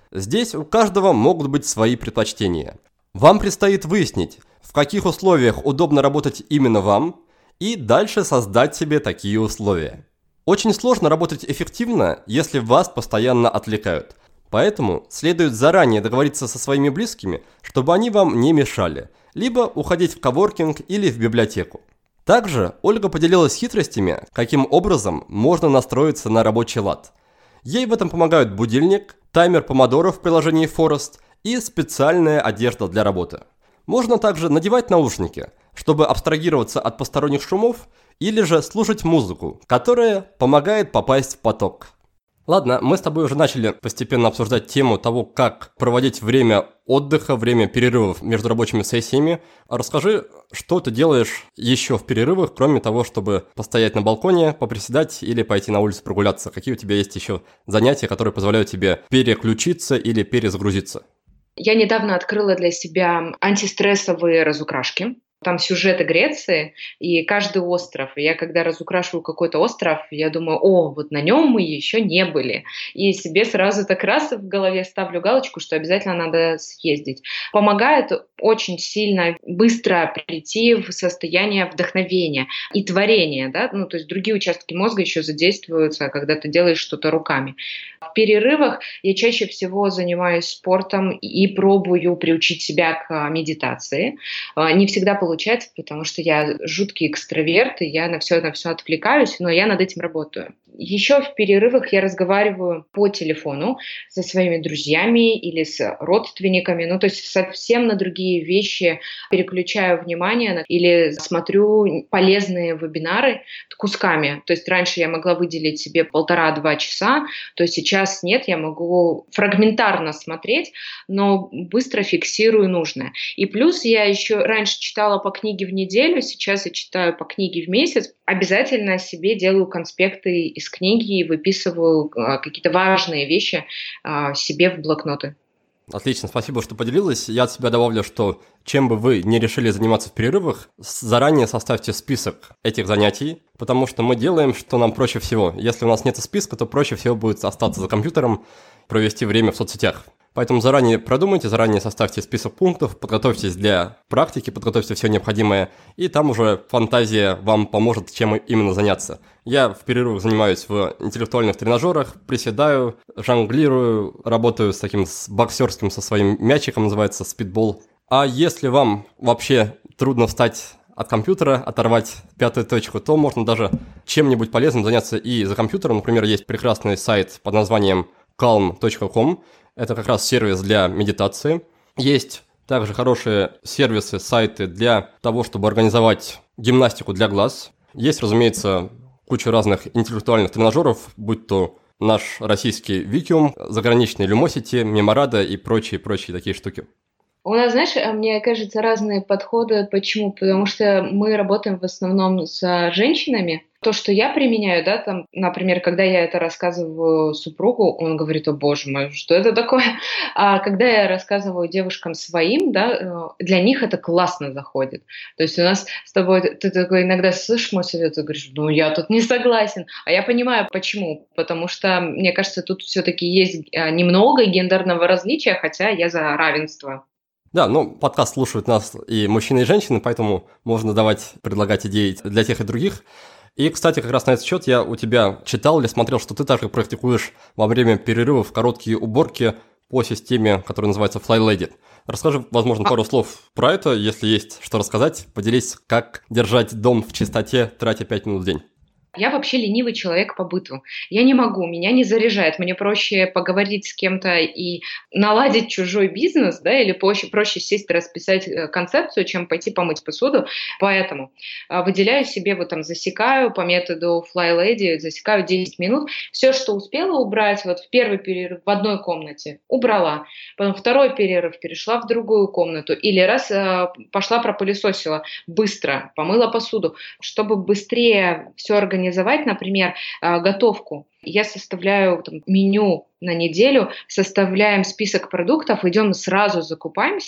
Здесь у каждого могут быть свои предпочтения. Вам предстоит выяснить, в каких условиях удобно работать именно вам, и дальше создать себе такие условия. Очень сложно работать эффективно, если вас постоянно отвлекают. Поэтому следует заранее договориться со своими близкими, чтобы они вам не мешали, либо уходить в коворкинг или в библиотеку. Также Ольга поделилась хитростями, каким образом можно настроиться на рабочий лад. Ей в этом помогают будильник, таймер помодоро в приложении Forest и специальная одежда для работы. Можно также надевать наушники, чтобы абстрагироваться от посторонних шумов, или же слушать музыку, которая помогает попасть в поток. Ладно, мы с тобой уже начали постепенно обсуждать тему того, как проводить время отдыха, время перерывов между рабочими сессиями. Расскажи, что ты делаешь еще в перерывах, кроме того, чтобы постоять на балконе, поприседать или пойти на улицу прогуляться? Какие у тебя есть еще занятия, которые позволяют тебе переключиться или перезагрузиться? Я недавно открыла для себя антистрессовые разукрашки. Там сюжеты Греции, и каждый остров. Я когда разукрашиваю какой-то остров, я думаю, о, вот на нем мы еще не были. И себе сразу так раз в голове ставлю галочку, что обязательно надо съездить. Помогает очень сильно быстро прийти в состояние вдохновения и творения. Да? Ну, то есть другие участки мозга еще задействуются, когда ты делаешь что-то руками. В перерывах я чаще всего занимаюсь спортом и пробую приучить себя к медитации. Не всегда получается. Получается, потому что я жуткий экстраверт, и я на все на все отвлекаюсь, но я над этим работаю. Еще в перерывах я разговариваю по телефону со своими друзьями или с родственниками, ну то есть совсем на другие вещи переключаю внимание или смотрю полезные вебинары кусками. То есть раньше я могла выделить себе полтора-два часа, то сейчас нет, я могу фрагментарно смотреть, но быстро фиксирую нужное. И плюс я еще раньше читала по книге в неделю, сейчас я читаю по книге в месяц. Обязательно себе делаю конспекты из книги и выписываю какие-то важные вещи себе в блокноты. Отлично, спасибо, что поделилась. Я от себя добавлю, что чем бы вы не решили заниматься в перерывах, заранее составьте список этих занятий, потому что мы делаем, что нам проще всего. Если у нас нет списка, то проще всего будет остаться за компьютером, провести время в соцсетях. Поэтому заранее продумайте, заранее составьте список пунктов, подготовьтесь для практики, подготовьте все необходимое, и там уже фантазия вам поможет, чем именно заняться. Я в перерывах занимаюсь в интеллектуальных тренажерах, приседаю, жонглирую, работаю с таким с боксерским, со своим мячиком, называется спидбол. А если вам вообще трудно встать от компьютера, оторвать пятую точку, то можно даже чем-нибудь полезным заняться и за компьютером. Например, есть прекрасный сайт под названием calm точка com. Это как раз сервис для медитации. Есть также хорошие сервисы, сайты для того, чтобы организовать гимнастику для глаз. Есть, разумеется, куча разных интеллектуальных тренажеров, будь то наш российский Викиум, заграничный Lumosity, Memorada и прочие-прочие такие штуки. У нас, знаешь, мне кажется, разные подходы. Почему? Потому что мы работаем в основном с женщинами. То, что я применяю, да, там, например, когда я это рассказываю супругу, он говорит: о боже мой, что это такое? А когда я рассказываю девушкам своим, да, для них это классно заходит. То есть у нас с тобой, ты такой иногда слышишь мой совет, ты говоришь: ну я тут не согласен. А я понимаю, почему. Потому что, мне кажется, тут все-таки есть немного гендерного различия, хотя я за равенство. Да, ну, подкаст слушают нас и мужчины, и женщины, поэтому можно давать, предлагать идеи для тех и других. И, кстати, как раз на этот счет я у тебя читал или смотрел, что ты также практикуешь во время перерывов короткие уборки по системе, которая называется FlyLady. Расскажи, возможно, пару слов про это, если есть что рассказать. Поделись, как держать дом в чистоте, тратя пять минут в день. Я вообще ленивый человек по быту. Я не могу, меня не заряжает. Мне проще поговорить с кем-то и наладить чужой бизнес, да, или проще, проще сесть и расписать концепцию, чем пойти помыть посуду. Поэтому выделяю себе, вот там засекаю по методу FlyLady, засекаю десять минут. Все, что успела убрать, вот в первый перерыв в одной комнате убрала, потом второй перерыв перешла в другую комнату, или раз пошла пропылесосила быстро, помыла посуду, чтобы быстрее все организовать. Организовать, например, готовку. Я составляю там меню на неделю, составляем список продуктов, идем сразу закупаемся.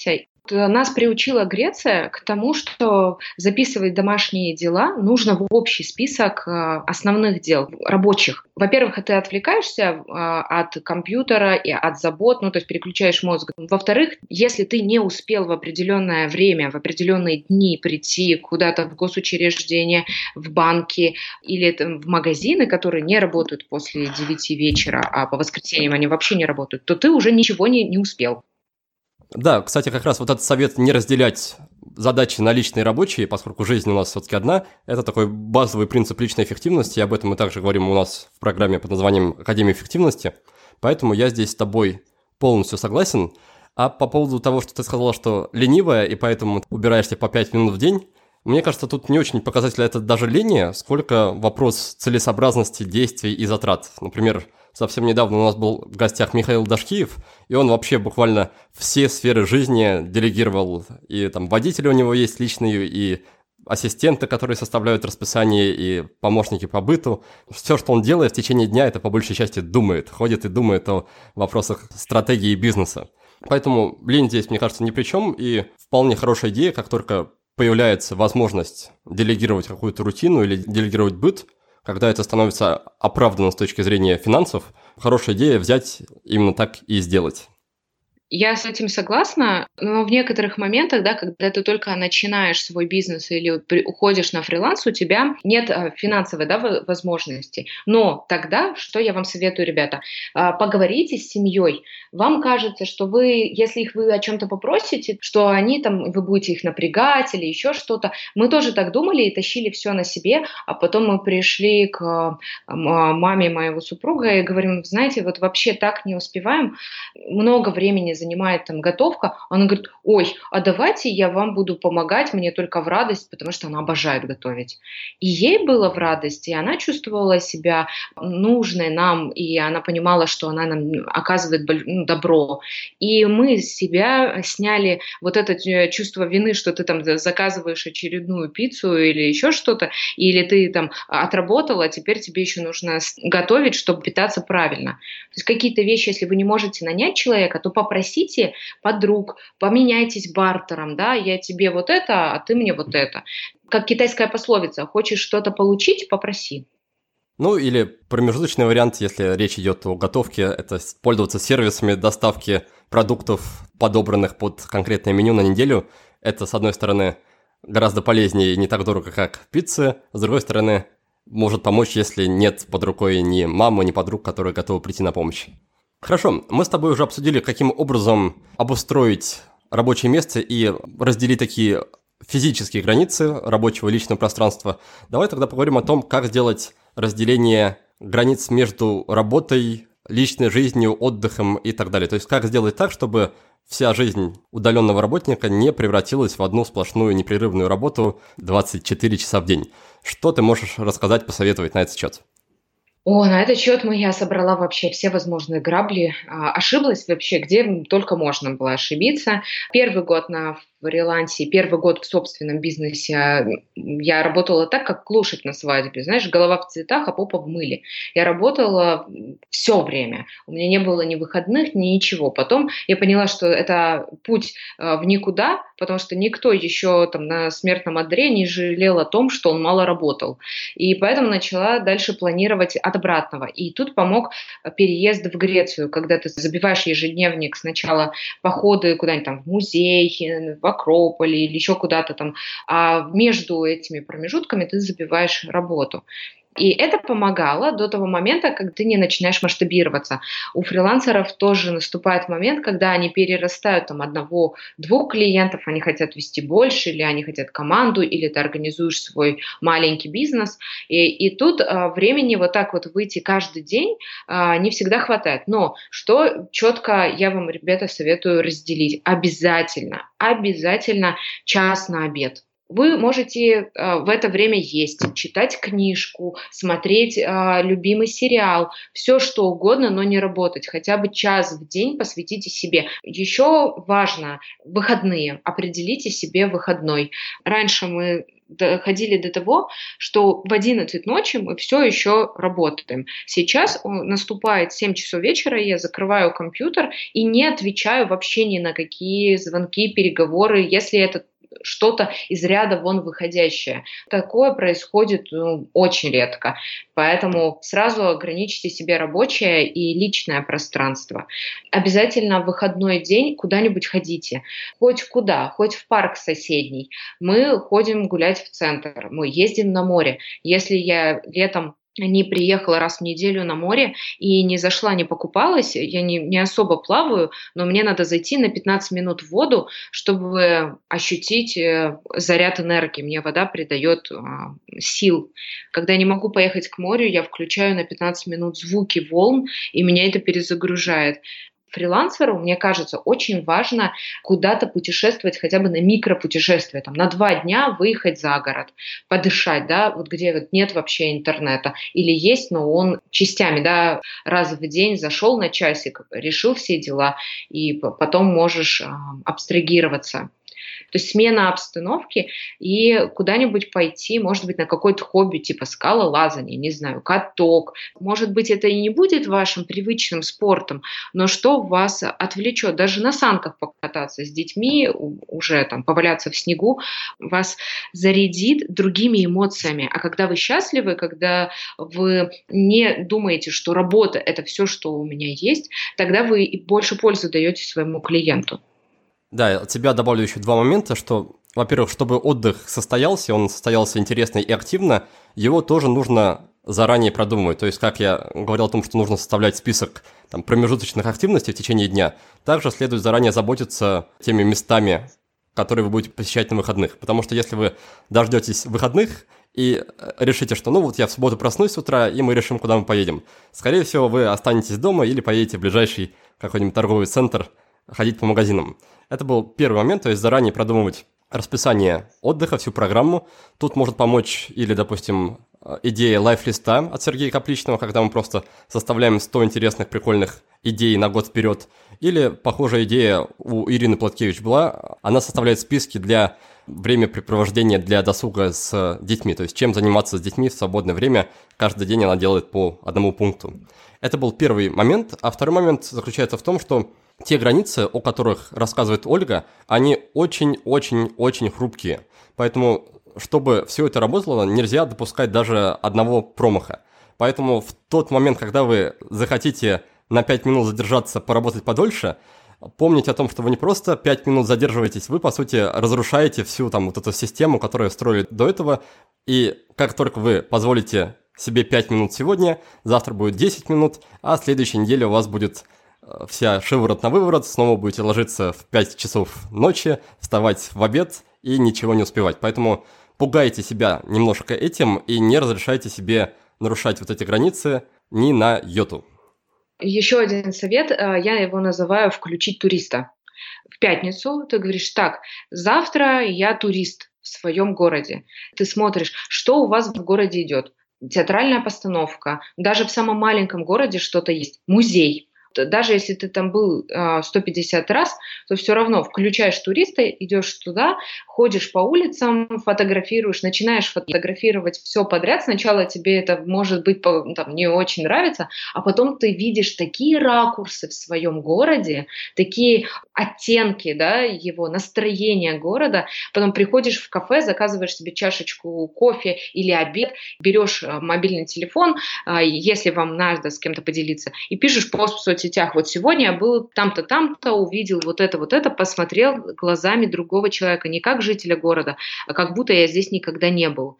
Нас приучила Греция к тому, что записывать домашние дела нужно в общий список основных дел, рабочих. Во-первых, ты отвлекаешься от компьютера и от забот, ну, то есть переключаешь мозг. Во-вторых, если ты не успел в определенное время, в определенные дни прийти куда-то в госучреждение, в банки или там, в магазины, которые не работают после девяти вечера, а по воскресеньям они вообще не работают, то ты уже ничего не, не успел. Да, кстати, как раз вот этот совет не разделять задачи на личные и рабочие, поскольку жизнь у нас все-таки одна, это такой базовый принцип личной эффективности, и об этом мы также говорим у нас в программе под названием «Академия эффективности», поэтому я здесь с тобой полностью согласен. А по поводу того, что ты сказала, что ленивая, и поэтому убираешься по пять минут в день, мне кажется, тут не очень показатель это даже лени, сколько вопрос целесообразности действий и затрат. Например, совсем недавно у нас был в гостях Михаил Дашкиев, и он вообще буквально все сферы жизни делегировал. И там водители у него есть личные, и ассистенты, которые составляют расписание, и помощники по быту. Все, что он делает в течение дня, это по большей части думает, ходит и думает о вопросах стратегии бизнеса. Поэтому лень здесь, мне кажется, ни при чем, и вполне хорошая идея, как только появляется возможность делегировать какую-то рутину или делегировать быт, когда это становится оправданно с точки зрения финансов, хорошая идея взять именно так и сделать. Я с этим согласна, но в некоторых моментах, да, когда ты только начинаешь свой бизнес или при, уходишь на фриланс, у тебя нет а, финансовой да, возможности. Но тогда, что я вам советую, ребята, а, поговорите с семьей. Вам кажется, что вы, если их вы о чем-то попросите, что они там, вы будете их напрягать или еще что-то. Мы тоже так думали и тащили все на себе, а потом мы пришли к а, маме моего супруга и говорим, знаете, вот вообще так не успеваем, много времени занимает там готовка, она говорит, ой, а давайте я вам буду помогать, мне только в радость, потому что она обожает готовить. И ей было в радость, и она чувствовала себя нужной нам, и она понимала, что она нам оказывает ну, добро. И мы с себя сняли вот это чувство вины, что ты там заказываешь очередную пиццу или еще что-то, или ты там отработала, а теперь тебе еще нужно готовить, чтобы питаться правильно. То есть какие-то вещи, если вы не можете нанять человека, то попросите подруг, поменяйтесь бартером, да, я тебе вот это, а ты мне вот это. Как китайская пословица, хочешь что-то получить, попроси. Ну или промежуточный вариант, если речь идет о готовке, это пользоваться сервисами доставки продуктов, подобранных под конкретное меню на неделю. Это, с одной стороны, гораздо полезнее и не так дорого, как пиццы, с другой стороны, может помочь, если нет под рукой ни мамы, ни подруг, которые готовы прийти на помощь. Хорошо, мы с тобой уже обсудили, каким образом обустроить рабочее место и разделить такие физические границы рабочего и личного пространства. Давай тогда поговорим о том, как сделать разделение границ между работой, личной жизнью, отдыхом и так далее. То есть как сделать так, чтобы вся жизнь удаленного работника не превратилась в одну сплошную непрерывную работу двадцать четыре часа в день. Что ты можешь рассказать, посоветовать на этот счет? О, на этот счет мы, я собрала вообще все возможные грабли. А, ошиблась вообще, где только можно было ошибиться. Первый год на фрилансе, первый год в собственном бизнесе я работала так, как лошадь на свадьбе. Знаешь, голова в цветах, а попа в мыле. Я работала все время. У меня не было ни выходных, ни ничего. Потом я поняла, что это путь в никуда, потому что никто еще там на смертном одре не жалел о том, что он мало работал. И поэтому начала дальше планировать от обратного. И тут помог переезд в Грецию, когда ты забиваешь ежедневник сначала походы куда-нибудь там в музей, в Акрополе или еще куда-то там, а между этими промежутками ты забиваешь работу. И это помогало до того момента, когда ты не начинаешь масштабироваться. У фрилансеров тоже наступает момент, когда они перерастают там одного-двух клиентов, они хотят вести больше, или они хотят команду, или ты организуешь свой маленький бизнес. И, и тут а, времени вот так вот выйти каждый день а, не всегда хватает. Но что четко я вам, ребята, советую разделить. Обязательно, обязательно час на обед. Вы можете э, в это время есть, читать книжку, смотреть э, любимый сериал, все что угодно, но не работать. Хотя бы час в день посвятите себе. Еще важно, выходные. Определите себе выходной. Раньше мы доходили до того, что в одиннадцать ночи мы все еще работаем. Сейчас наступает семь часов вечера, я закрываю компьютер и не отвечаю вообще ни на какие звонки, переговоры, если это что-то из ряда вон выходящее. Такое происходит ну, очень редко. Поэтому сразу ограничьте себе рабочее и личное пространство. Обязательно в выходной день куда-нибудь ходите. Хоть куда, хоть в парк соседний. Мы ходим гулять в центр, мы ездим на море. Если я летом не приехала раз в неделю на море и не зашла, не покупалась, я не, не особо плаваю, но мне надо зайти на пятнадцать минут в воду, чтобы ощутить заряд энергии. Мне вода придает а, сил. Когда я не могу поехать к морю, я включаю на пятнадцать минут звуки волн, и меня это перезагружает. Фрилансеру, мне кажется, очень важно куда-то путешествовать, хотя бы на микропутешествие, там, на два дня выехать за город, подышать, да, вот где вот нет вообще интернета, или есть, но он частями, да, раз в день зашел на часик, решил все дела, и потом можешь а, абстрагироваться. То есть смена обстановки и куда-нибудь пойти, может быть, на какое-то хобби, типа скалолазание, не знаю, каток. Может быть, это и не будет вашим привычным спортом, но что вас отвлечет? Даже на санках покататься с детьми, уже там поваляться в снегу, вас зарядит другими эмоциями. А когда вы счастливы, когда вы не думаете, что работа – это все, что у меня есть, тогда вы и больше пользы даете своему клиенту. Да, от себя добавлю еще два момента, что, во-первых, чтобы отдых состоялся, он состоялся интересно и активно, его тоже нужно заранее продумывать. То есть, как я говорил о том, что нужно составлять список там, промежуточных активностей в течение дня, также следует заранее заботиться теми местами, которые вы будете посещать на выходных. Потому что если вы дождетесь выходных и решите, что ну вот я в субботу проснусь с утра, и мы решим, куда мы поедем, скорее всего, вы останетесь дома или поедете в ближайший какой-нибудь торговый центр ходить по магазинам. Это был первый момент, то есть заранее продумывать расписание отдыха, всю программу. Тут может помочь или, допустим, идея лайфлиста от Сергея Капличного, когда мы просто составляем сто интересных, прикольных идей на год вперед. Или похожая идея у Ирины Платкевич была, она составляет списки для времяпрепровождения для досуга с детьми, то есть чем заниматься с детьми в свободное время. Каждый день она делает по одному пункту. Это был первый момент, а второй момент заключается в том, что те границы, о которых рассказывает Ольга, они очень-очень-очень хрупкие. Поэтому, чтобы все это работало, нельзя допускать даже одного промаха. Поэтому в тот момент, когда вы захотите на пять минут задержаться, поработать подольше, помните о том, что вы не просто пять минут задерживаетесь, вы, по сути, разрушаете всю там вот эту систему, которую строили до этого. И как только вы позволите себе пять минут сегодня, завтра будет десять минут, а в следующей неделе у вас будет вся шиворот на выворот, снова будете ложиться в пять часов ночи, вставать в обед и ничего не успевать. Поэтому пугайте себя немножко этим и не разрешайте себе нарушать вот эти границы ни на йоту. Еще один совет, я его называю «включить туриста». В пятницу ты говоришь: так, завтра я турист в своем городе. Ты смотришь, что у вас в городе идет. Театральная постановка, даже в самом маленьком городе что-то есть, музей. Даже если ты там был сто пятьдесят раз, то все равно включаешь туриста, идешь туда, ходишь по улицам, фотографируешь, начинаешь фотографировать все подряд. Сначала тебе это, может быть, там, не очень нравится, а потом ты видишь такие ракурсы в своем городе, такие оттенки, да, его настроения города. Потом приходишь в кафе, заказываешь себе чашечку кофе или обед, берешь мобильный телефон, если вам надо с кем-то поделиться, и пишешь пост в соцсетях. Вот сегодня я был там-то, там-то, увидел вот это, вот это, посмотрел глазами другого человека, не как жителя города, а как будто я здесь никогда не был.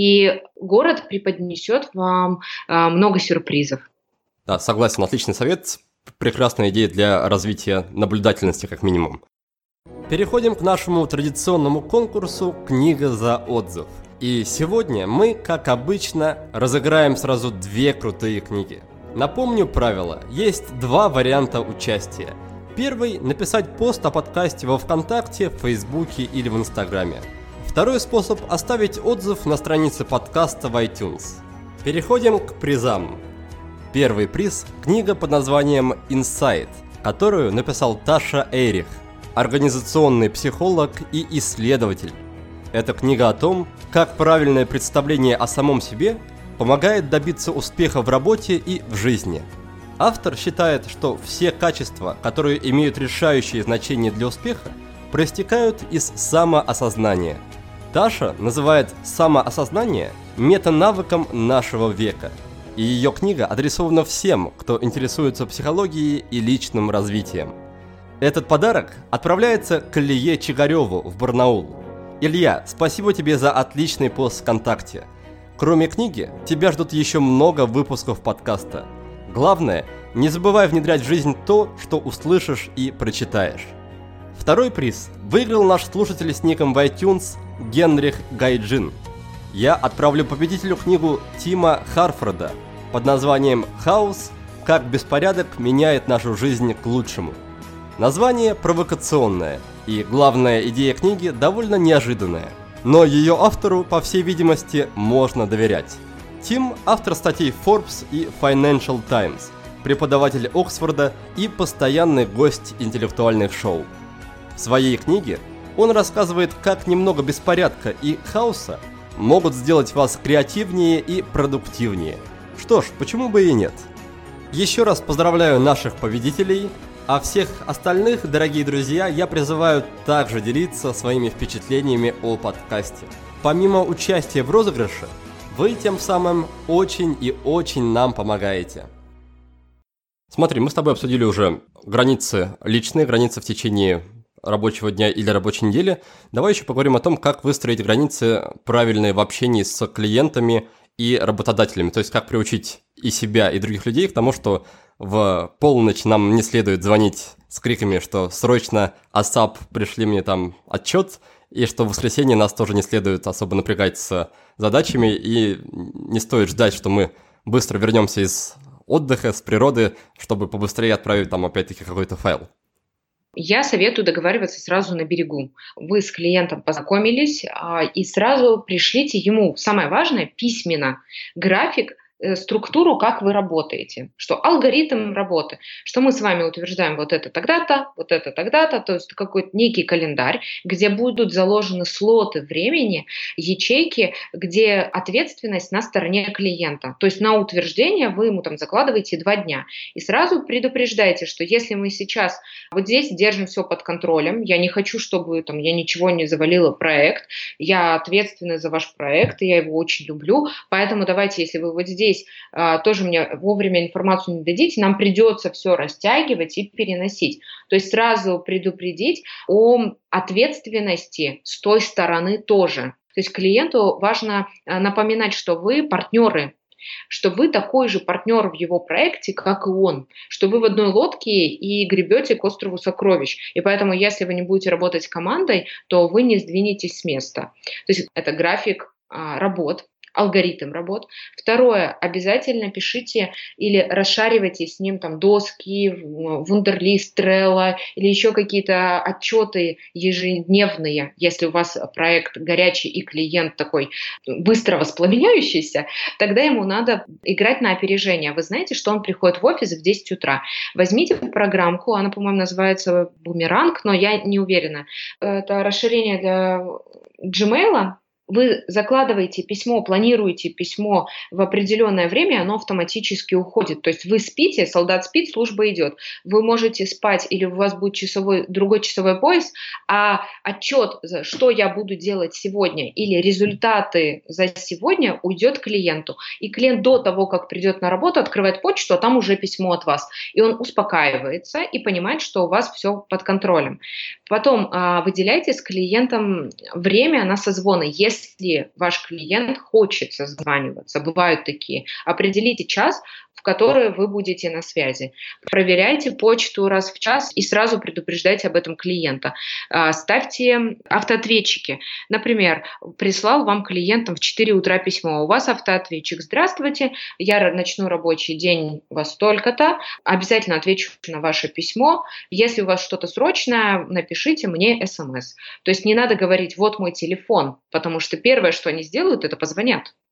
И город преподнесет вам а, много сюрпризов. Да, согласен, отличный совет, прекрасная идея для развития наблюдательности как минимум. Переходим к нашему традиционному конкурсу «Книга за отзыв». И сегодня мы, как обычно, разыграем сразу две крутые книги. Напомню правила. Есть два варианта участия. Первый – написать пост о подкасте во ВКонтакте, в Фейсбуке или в Инстаграме. Второй способ – оставить отзыв на странице подкаста в iTunes. Переходим к призам. Первый приз – книга под названием «Инсайт», которую написал Таша Эрих, организационный психолог и исследователь. Это книга о том, как правильное представление о самом себе помогает добиться успеха в работе и в жизни. Автор считает, что все качества, которые имеют решающее значение для успеха, проистекают из самоосознания. Таша называет самоосознание метанавыком нашего века, и ее книга адресована всем, кто интересуется психологией и личным развитием. Этот подарок отправляется к Илье Чигареву в Барнаул. Илья, спасибо тебе за отличный пост ВКонтакте. Кроме книги, тебя ждут еще много выпусков подкаста. Главное, не забывай внедрять в жизнь то, что услышишь и прочитаешь. Второй приз выиграл наш слушатель с ником в iTunes Генрих Гайджин. Я отправлю победителю книгу Тима Харфорда под названием «Хаос. Как беспорядок меняет нашу жизнь к лучшему». Название провокационное, и главная идея книги довольно неожиданная. Но ее автору, по всей видимости, можно доверять. Тим – автор статей Forbes и Financial Times, преподаватель Оксфорда и постоянный гость интеллектуальных шоу. В своей книге он рассказывает, как немного беспорядка и хаоса могут сделать вас креативнее и продуктивнее. Что ж, почему бы и нет? Еще раз поздравляю наших победителей, а всех остальных, дорогие друзья, я призываю также делиться своими впечатлениями о подкасте. Помимо участия в розыгрыше, вы тем самым очень и очень нам помогаете. Смотри, мы с тобой обсудили уже границы личные, границы в течение рабочего дня или рабочей недели. Давай еще поговорим о том, как выстроить границы правильные в общении с клиентами и работодателями. То есть, как приучить и себя, и других людей к тому, что в полночь нам не следует звонить с криками, что срочно асап, пришли мне там отчет, и что в воскресенье нас тоже не следует особо напрягать с задачами, и не стоит ждать, что мы быстро вернемся из отдыха, с природы, чтобы побыстрее отправить там опять-таки какой-то файл. Я советую договариваться сразу на берегу. Вы с клиентом познакомились а, и сразу пришлите ему, самое важное, письменно график, структуру, как вы работаете, что алгоритм работы, что мы с вами утверждаем вот это тогда-то, вот это тогда-то, то есть какой-то некий календарь, где будут заложены слоты времени, ячейки, где ответственность на стороне клиента. То есть на утверждение вы ему там закладываете два дня. И сразу предупреждаете, что если мы сейчас вот здесь держим все под контролем, я не хочу, чтобы там я ничего не завалила проект, я ответственна за ваш проект, и я его очень люблю, поэтому давайте, если вы вот здесь а, тоже мне вовремя информацию не дадите, нам придется все растягивать и переносить. То есть сразу предупредить о ответственности с той стороны тоже. То есть клиенту важно напоминать, что вы партнеры, что вы такой же партнер в его проекте, как и он, что вы в одной лодке и гребете к острову сокровищ. И поэтому, если вы не будете работать командой, то вы не сдвинетесь с места. То есть это график а, работ, алгоритм работ. Второе, обязательно пишите или расшаривайте с ним там доски, Wunderlist, Trello или еще какие-то отчеты ежедневные. Если у вас проект горячий и клиент такой быстро воспламеняющийся, тогда ему надо играть на опережение. Вы знаете, что он приходит в офис в десять утра. Возьмите программку, она, по-моему, называется Бумеранг, но я не уверена. Это расширение для Gmail. Вы закладываете письмо, планируете письмо в определенное время, оно автоматически уходит. То есть вы спите, солдат спит, служба идет. Вы можете спать или у вас будет часовой, другой часовой пояс, а отчет, что я буду делать сегодня или результаты за сегодня уйдет клиенту. И клиент до того, как придет на работу, открывает почту, а там уже письмо от вас. И он успокаивается и понимает, что у вас все под контролем. Потом а, выделяйте с клиентом время на созвоны. Если Если ваш клиент хочет созваниваться, бывают такие, определите час, в который вы будете на связи. Проверяйте почту раз в час и сразу предупреждайте об этом клиента. Ставьте автоответчики. Например, прислал вам клиент в четыре утра письмо. У вас автоответчик. Здравствуйте, я начну рабочий день во столько-то. Обязательно отвечу на ваше письмо. Если у вас что-то срочное, напишите мне смс. То есть не надо говорить, вот мой телефон, потому что первое, что они сделают, это позвонят.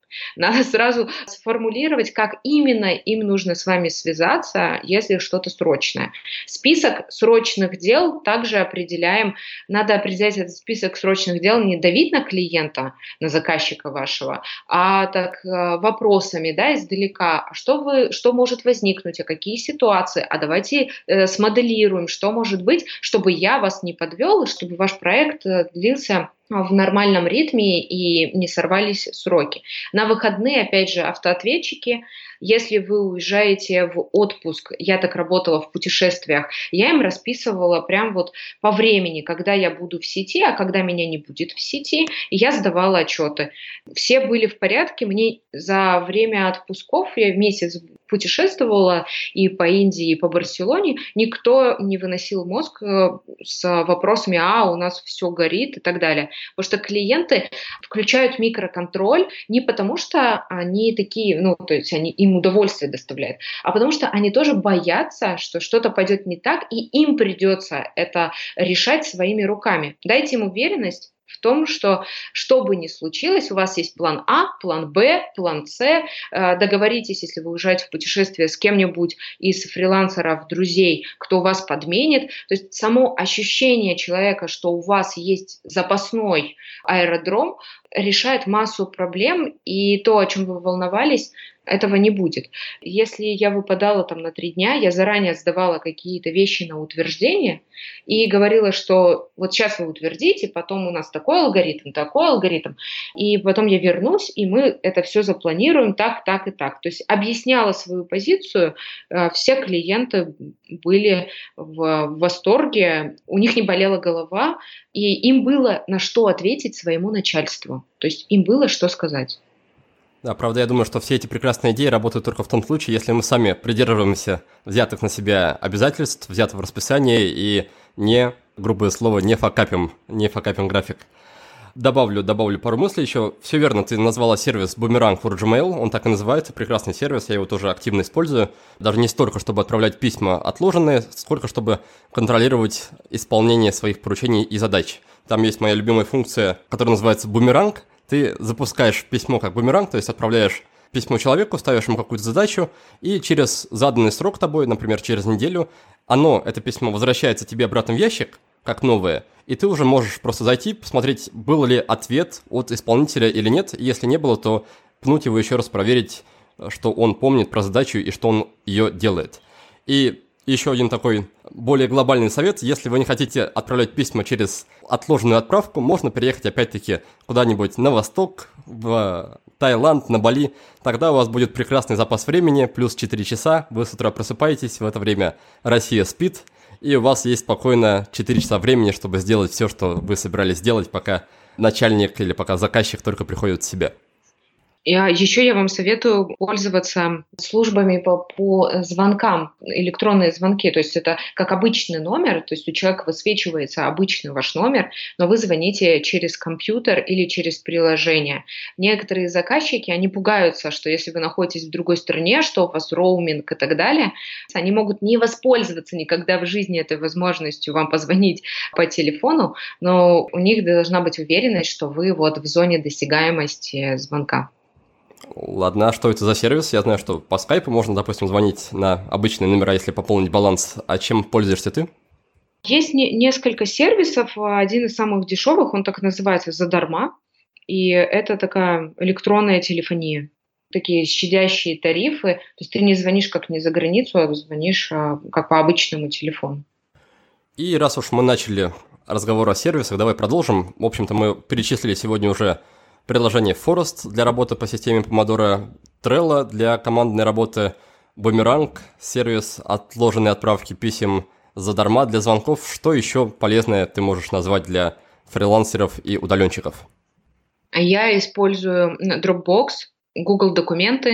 Надо сразу сформулировать, как именно им нужно с вами связаться, если что-то срочное. Список срочных дел также определяем. Надо определять этот список срочных дел, не давить на клиента, на заказчика вашего, а так вопросами, да, издалека. Что, вы, что может возникнуть, а какие ситуации? А давайте э, смоделируем, что может быть, чтобы я вас не подвел, и чтобы ваш проект длился в нормальном ритме и не сорвались сроки. На выходные, опять же, автоответчики. Если вы уезжаете в отпуск, я так работала в путешествиях, я им расписывала прям вот по времени, когда я буду в сети, а когда меня не будет в сети, и я сдавала отчеты. Все были в порядке, мне за время отпусков, я в месяц путешествовала и по Индии, и по Барселоне, никто не выносил мозг с вопросами, а, у нас все горит и так далее. Потому что клиенты включают микроконтроль не потому, что они такие, ну, то есть они, им удовольствие доставляют, а потому что они тоже боятся, что что-то пойдет не так, и им придется это решать своими руками. Дайте им уверенность в том, что что бы ни случилось, у вас есть план А, план Б, план С. Договоритесь, если вы уезжаете в путешествие, с кем-нибудь из фрилансеров, друзей, кто вас подменит. То есть само ощущение человека, что у вас есть запасной аэродром, решает массу проблем, и то, о чем вы волновались, этого не будет. Если я выпадала там на три дня, я заранее сдавала какие-то вещи на утверждение и говорила, что вот сейчас вы утвердите, потом у нас такой алгоритм, такой алгоритм, и потом я вернусь, и мы это все запланируем так, так и так. То есть объясняла свою позицию, все клиенты были в восторге, у них не болела голова, и им было на что ответить своему начальству. То есть им было что сказать. Да, правда, я думаю, что все эти прекрасные идеи работают только в том случае, если мы сами придерживаемся взятых на себя обязательств, взятого расписания и не, грубое слово, не факапим, не факапим график. Добавлю, добавлю пару мыслей еще. Все верно, ты назвала сервис Boomerang for Gmail, он так и называется, прекрасный сервис, я его тоже активно использую. Даже не столько, чтобы отправлять письма отложенные, сколько, чтобы контролировать исполнение своих поручений и задач. Там есть моя любимая функция, которая называется Boomerang. Ты запускаешь письмо как бумеранг, то есть отправляешь письмо человеку, ставишь ему какую-то задачу, и через заданный срок тобой, например, через неделю, оно, это письмо, возвращается тебе обратно в ящик, как новое, и ты уже можешь просто зайти, посмотреть, был ли ответ от исполнителя или нет, и если не было, то пнуть его еще раз, проверить, что он помнит про задачу и что он ее делает. И еще один такой более глобальный совет. Если вы не хотите отправлять письма через отложенную отправку, можно переехать опять-таки куда-нибудь на восток, в Таиланд, на Бали. Тогда у вас будет прекрасный запас времени, плюс четыре часа. Вы с утра просыпаетесь, в это время Россия спит, и у вас есть спокойно четыре часа времени, чтобы сделать все, что вы собирались сделать, пока начальник или пока заказчик только приходит в себя. И еще я вам советую пользоваться службами по, по звонкам, электронные звонки. То есть это как обычный номер, то есть у человека высвечивается обычный ваш номер, но вы звоните через компьютер или через приложение. Некоторые заказчики, они пугаются, что если вы находитесь в другой стране, что у вас роуминг и так далее, они могут не воспользоваться никогда в жизни этой возможностью вам позвонить по телефону, но у них должна быть уверенность, что вы вот в зоне досягаемости звонка. Ладно, а что это за сервис? Я знаю, что по скайпу можно, допустим, звонить на обычные номера, если пополнить баланс. А чем пользуешься ты? Есть не, несколько сервисов. Один из самых дешевых, он так называется, задарма. И это такая электронная телефония. Такие щадящие тарифы. То есть ты не звонишь как не за границу, а звонишь а, как по обычному телефону. И раз уж мы начали разговор о сервисах, давай продолжим. В общем-то, мы перечислили сегодня уже приложение Forest для работы по системе Pomodoro, Trello для командной работы, Boomerang, сервис отложенной отправки писем задарма для звонков. Что еще полезное ты можешь назвать для фрилансеров и удаленщиков? Я использую Dropbox, Google документы,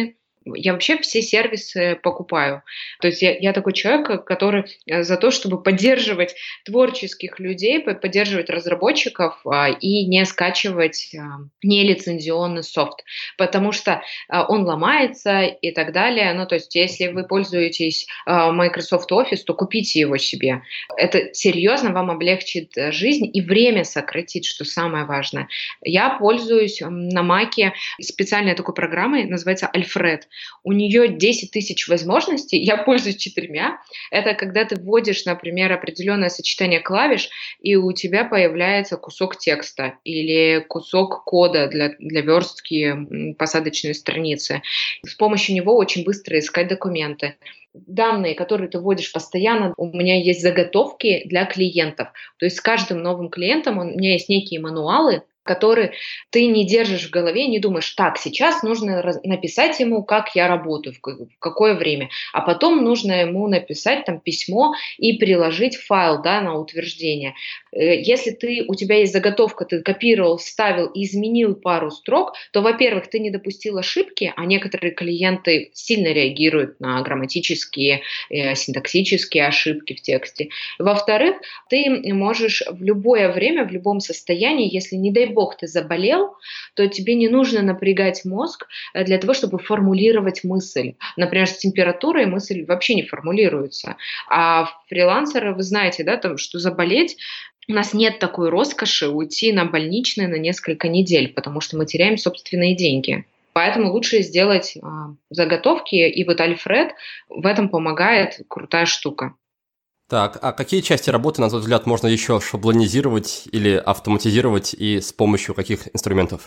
Я вообще все сервисы покупаю. То есть я, я такой человек, который за то, чтобы поддерживать творческих людей, поддерживать разработчиков а, и не скачивать а, нелицензионный софт, потому что а, он ломается и так далее. Ну, то есть если вы пользуетесь а, Microsoft Office, то купите его себе. Это серьезно вам облегчит жизнь и время сократит, что самое важное. Я пользуюсь на Маке специальной такой программой, называется Alfred. У нее десять тысяч возможностей, я пользуюсь четырьмя. Это когда ты вводишь, например, определенное сочетание клавиш, и у тебя появляется кусок текста или кусок кода для, для верстки посадочной страницы. С помощью него очень быстро искать документы. Данные, которые ты вводишь постоянно, у меня есть заготовки для клиентов. То есть с каждым новым клиентом у меня есть некие мануалы, которые ты не держишь в голове, не думаешь, так, сейчас нужно написать ему, как я работаю, в какое время, а потом нужно ему написать там письмо и приложить файл, да, на утверждение. Если ты, у тебя есть заготовка, ты копировал, вставил и изменил пару строк, то, во-первых, ты не допустил ошибки, а некоторые клиенты сильно реагируют на грамматические, э, синтаксические ошибки в тексте. Во-вторых, ты можешь в любое время, в любом состоянии, если, не дай бог, ты заболел, то тебе не нужно напрягать мозг для того, чтобы формулировать мысль. Например, с температурой мысль вообще не формулируется. А фрилансеры, вы знаете, да, там, что заболеть, у нас нет такой роскоши уйти на больничный на несколько недель, потому что мы теряем собственные деньги. Поэтому лучше сделать а, заготовки, и вот Alfred в этом помогает, крутая штука. Так, а какие части работы, на твой взгляд, можно еще шаблонизировать или автоматизировать и с помощью каких инструментов?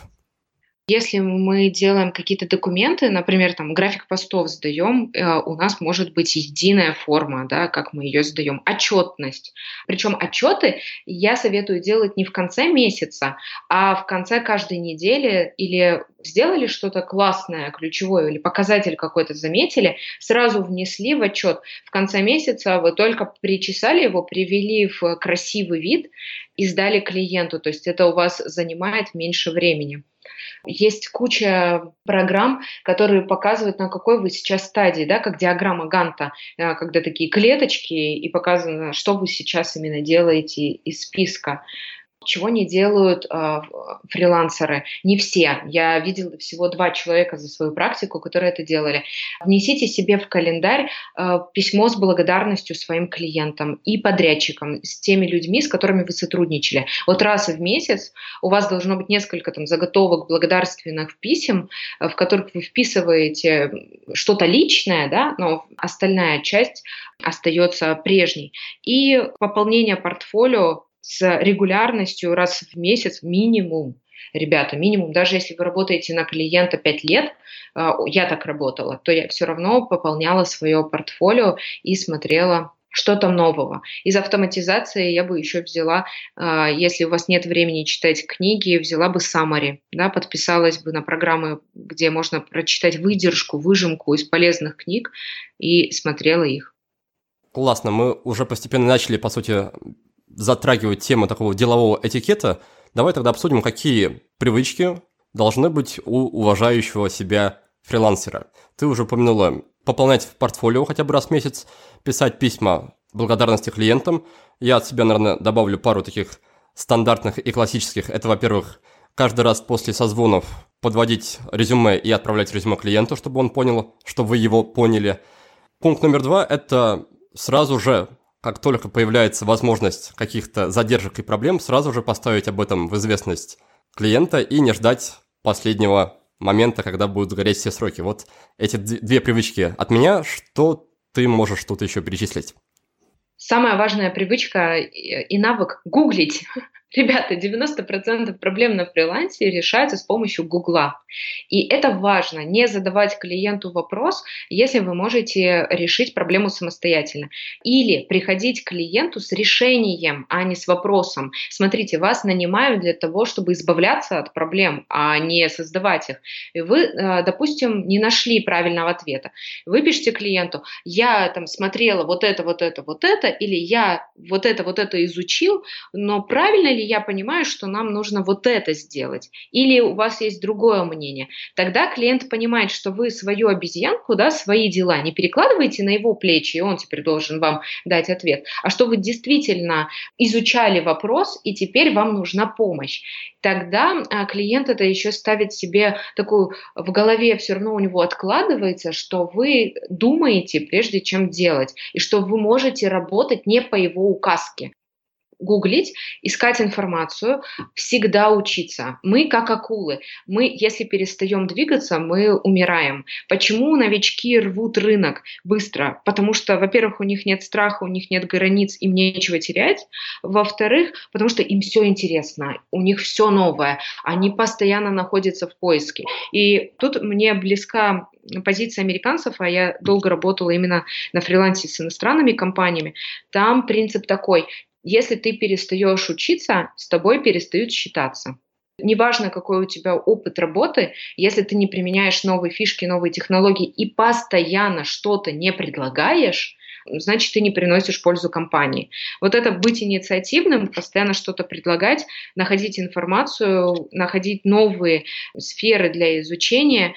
Если мы делаем какие-то документы, например, там график постов сдаем, э, у нас может быть единая форма, да, как мы ее сдаем, отчетность. Причем отчеты я советую делать не в конце месяца, а в конце каждой недели, или сделали что-то классное, ключевое, или показатель какой-то заметили, сразу внесли в отчет. В конце месяца вы только причесали его, привели в красивый вид и сдали клиенту. То есть это у вас занимает меньше времени. Есть куча программ, которые показывают, на какой вы сейчас стадии, да, как диаграмма Ганта, когда такие клеточки, и показано, что вы сейчас именно делаете из списка. Чего не делают э, фрилансеры? Не все. Я видела всего два человека за свою практику, которые это делали. Внесите себе в календарь э, письмо с благодарностью своим клиентам и подрядчикам, с теми людьми, с которыми вы сотрудничали. Вот раз в месяц у вас должно быть несколько там заготовок благодарственных писем, в которых вы вписываете что-то личное, да, но остальная часть остается прежней. И пополнение портфолио с регулярностью раз в месяц минимум. Ребята, минимум, даже если вы работаете на клиента пять лет, я так работала, то я все равно пополняла свое портфолио и смотрела, что там нового. Из автоматизации я бы еще взяла, если у вас нет времени читать книги, взяла бы summary, да, подписалась бы на программы, где можно прочитать выдержку, выжимку из полезных книг и смотрела их. Классно, мы уже постепенно начали, по сути, затрагивать тему такого делового этикета. Давай тогда обсудим, какие привычки должны быть у уважающего себя фрилансера. Ты уже упомянула пополнять в портфолио хотя бы раз в месяц, писать письма благодарности клиентам. Я от себя, наверное, добавлю пару таких стандартных и классических. Это, во-первых, каждый раз после созвонов подводить резюме и отправлять резюме клиенту, чтобы он понял, что вы его поняли. Пункт номер два – это сразу же, как только появляется возможность каких-то задержек и проблем, сразу же поставить об этом в известность клиента и не ждать последнего момента, когда будут гореть все сроки. Вот эти две привычки от меня. Что ты можешь тут еще перечислить? Самая важная привычка и навык – гуглить. Ребята, девяносто процентов проблем на фрилансе решаются с помощью Гугла. И это важно, не задавать клиенту вопрос, если вы можете решить проблему самостоятельно. Или приходить к клиенту с решением, а не с вопросом. Смотрите, вас нанимают для того, чтобы избавляться от проблем, а не создавать их. И вы, допустим, не нашли правильного ответа. Вы пишете клиенту: я там смотрела вот это, вот это, вот это, или я вот это, вот это изучил, но правильно ли ли я понимаю, что нам нужно вот это сделать? Или у вас есть другое мнение? Тогда клиент понимает, что вы свою обезьянку, да, свои дела не перекладываете на его плечи, и он теперь должен вам дать ответ, а что вы действительно изучали вопрос, и теперь вам нужна помощь. Тогда а, клиент это еще ставит себе такую в голове, все равно у него откладывается, что вы думаете, прежде чем делать, и что вы можете работать не по его указке. Гуглить, искать информацию, всегда учиться. Мы как акулы. Мы, если перестаем двигаться, мы умираем. Почему новички рвут рынок быстро? Потому что, во-первых, у них нет страха, у них нет границ, им нечего терять. Во-вторых, потому что им все интересно, у них все новое. Они постоянно находятся в поиске. И тут мне близка позиция американцев, а я долго работала именно на фрилансе с иностранными компаниями. Там принцип такой: если ты перестаешь учиться, с тобой перестают считаться. Неважно, какой у тебя опыт работы, если ты не применяешь новые фишки, новые технологии и постоянно что-то не предлагаешь, значит, ты не приносишь пользу компании. Вот это быть инициативным, постоянно что-то предлагать, находить информацию, находить новые сферы для изучения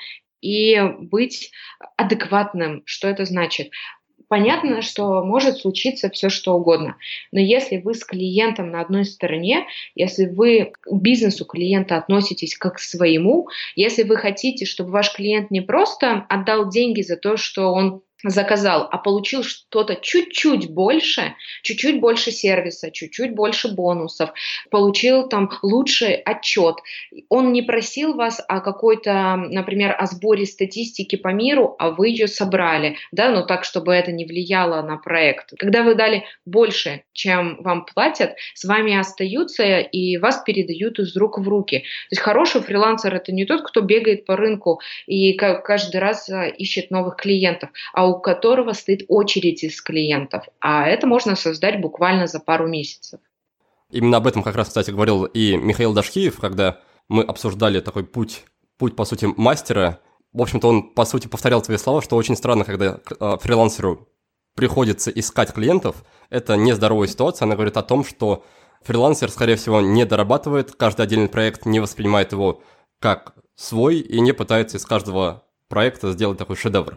и быть адекватным. Что это значит? Понятно, что может случиться все что угодно, но если вы с клиентом на одной стороне, если вы к бизнесу клиента относитесь как к своему, если вы хотите, чтобы ваш клиент не просто отдал деньги за то, что он заказал, а получил что-то чуть-чуть больше, чуть-чуть больше сервиса, чуть-чуть больше бонусов, получил там лучший отчет. Он не просил вас о какой-то, например, о сборе статистики по миру, а вы ее собрали, да, но так, чтобы это не влияло на проект. Когда вы дали больше, чем вам платят, с вами остаются и вас передают из рук в руки. То есть хороший фрилансер — это не тот, кто бегает по рынку и каждый раз ищет новых клиентов, а у которого стоит очередь из клиентов. А это можно создать буквально за пару месяцев. Именно об этом как раз, кстати, говорил и Михаил Дашкиев, когда мы обсуждали такой путь, путь, по сути, мастера. В общем-то, он, по сути, повторял твои слова, что очень странно, когда э, фрилансеру приходится искать клиентов. Это нездоровая ситуация. Она говорит о том, что фрилансер, скорее всего, не дорабатывает каждый отдельный проект, не воспринимает его как свой и не пытается из каждого проекта сделать такой шедевр.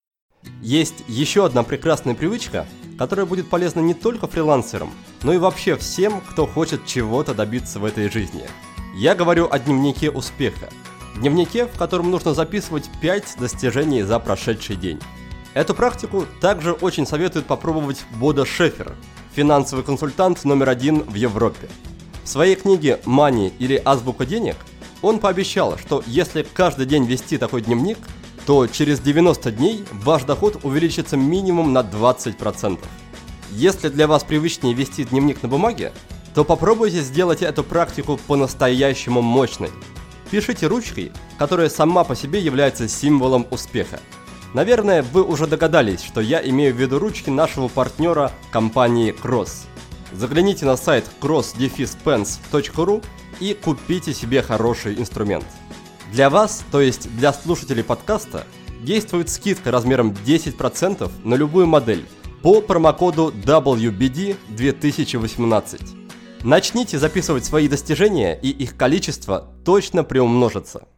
Есть еще одна прекрасная привычка, которая будет полезна не только фрилансерам, но и вообще всем, кто хочет чего-то добиться в этой жизни. Я говорю о дневнике успеха. Дневнике, в котором нужно записывать пять достижений за прошедший день. Эту практику также очень советует попробовать Бодо Шефер, финансовый консультант номер один в Европе. В своей книге «Money» или «Азбука денег» он пообещал, что если каждый день вести такой дневник, то через девяносто дней ваш доход увеличится минимум на двадцать процентов. Если для вас привычнее вести дневник на бумаге, то попробуйте сделать эту практику по-настоящему мощной. Пишите ручкой, которая сама по себе является символом успеха. Наверное, вы уже догадались, что я имею в виду ручки нашего партнера компании Cross. Загляните на сайт кросс пенс точка ру и купите себе хороший инструмент. Для вас, то есть для слушателей подкаста, действует скидка размером десять процентов на любую модель по промокоду дабл ю би ди две тысячи восемнадцать. Начните записывать свои достижения, и их количество точно приумножится.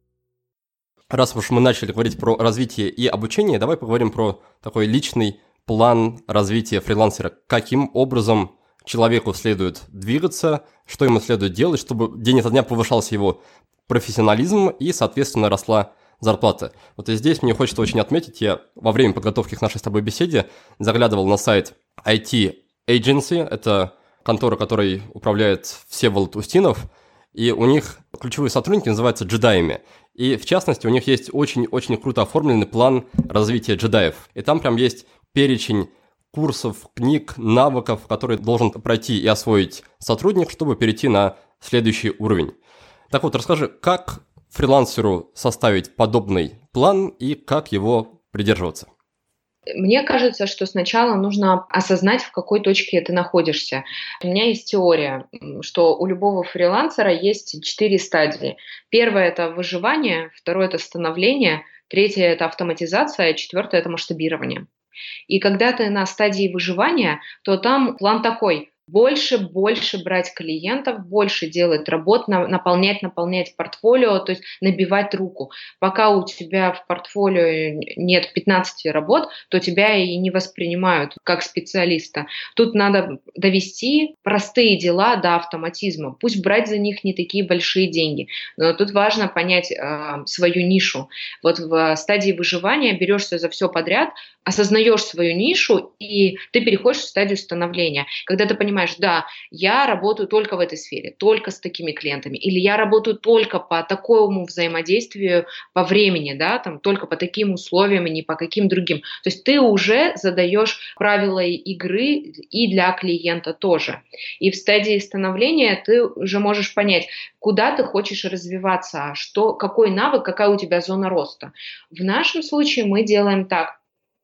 Раз уж мы начали говорить про развитие и обучение, давай поговорим про такой личный план развития фрилансера. Каким образом человеку следует двигаться, что ему следует делать, чтобы день ото дня повышался его профессионализм и, соответственно, росла зарплата. Вот и здесь мне хочется очень отметить, я во время подготовки к нашей с тобой беседе заглядывал на сайт ай ти Agency, это контора, которой управляет Всеволод Устинов, и у них ключевые сотрудники называются джедаями. И, в частности, у них есть очень-очень круто оформленный план развития джедаев. И там прям есть перечень курсов, книг, навыков, которые должен пройти и освоить сотрудник, чтобы перейти на следующий уровень. Так вот, расскажи, как фрилансеру составить подобный план и как его придерживаться? Мне кажется, что сначала нужно осознать, в какой точке ты находишься. У меня есть теория, что у любого фрилансера есть четыре стадии. Первое – это выживание, второе – это становление, третье – это автоматизация, четвертое – это масштабирование. И когда ты на стадии выживания, то там план такой: Больше, больше брать клиентов, больше делать работ, наполнять, наполнять портфолио, то есть набивать руку. Пока у тебя в портфолио нет пятнадцати работ, то тебя и не воспринимают как специалиста. Тут надо довести простые дела до автоматизма. Пусть брать за них не такие большие деньги, но тут важно понять э, свою нишу. Вот в стадии выживания берешься за все подряд, осознаешь свою нишу, и ты переходишь в стадию становления. Когда ты понимаешь, да, я работаю только в этой сфере, только с такими клиентами, или я работаю только по такому взаимодействию по времени, да, там, только по таким условиям и не по каким другим. То есть ты уже задаешь правила игры и для клиента тоже. И в стадии становления ты уже можешь понять, куда ты хочешь развиваться, что, какой навык, какая у тебя зона роста. В нашем случае мы делаем так.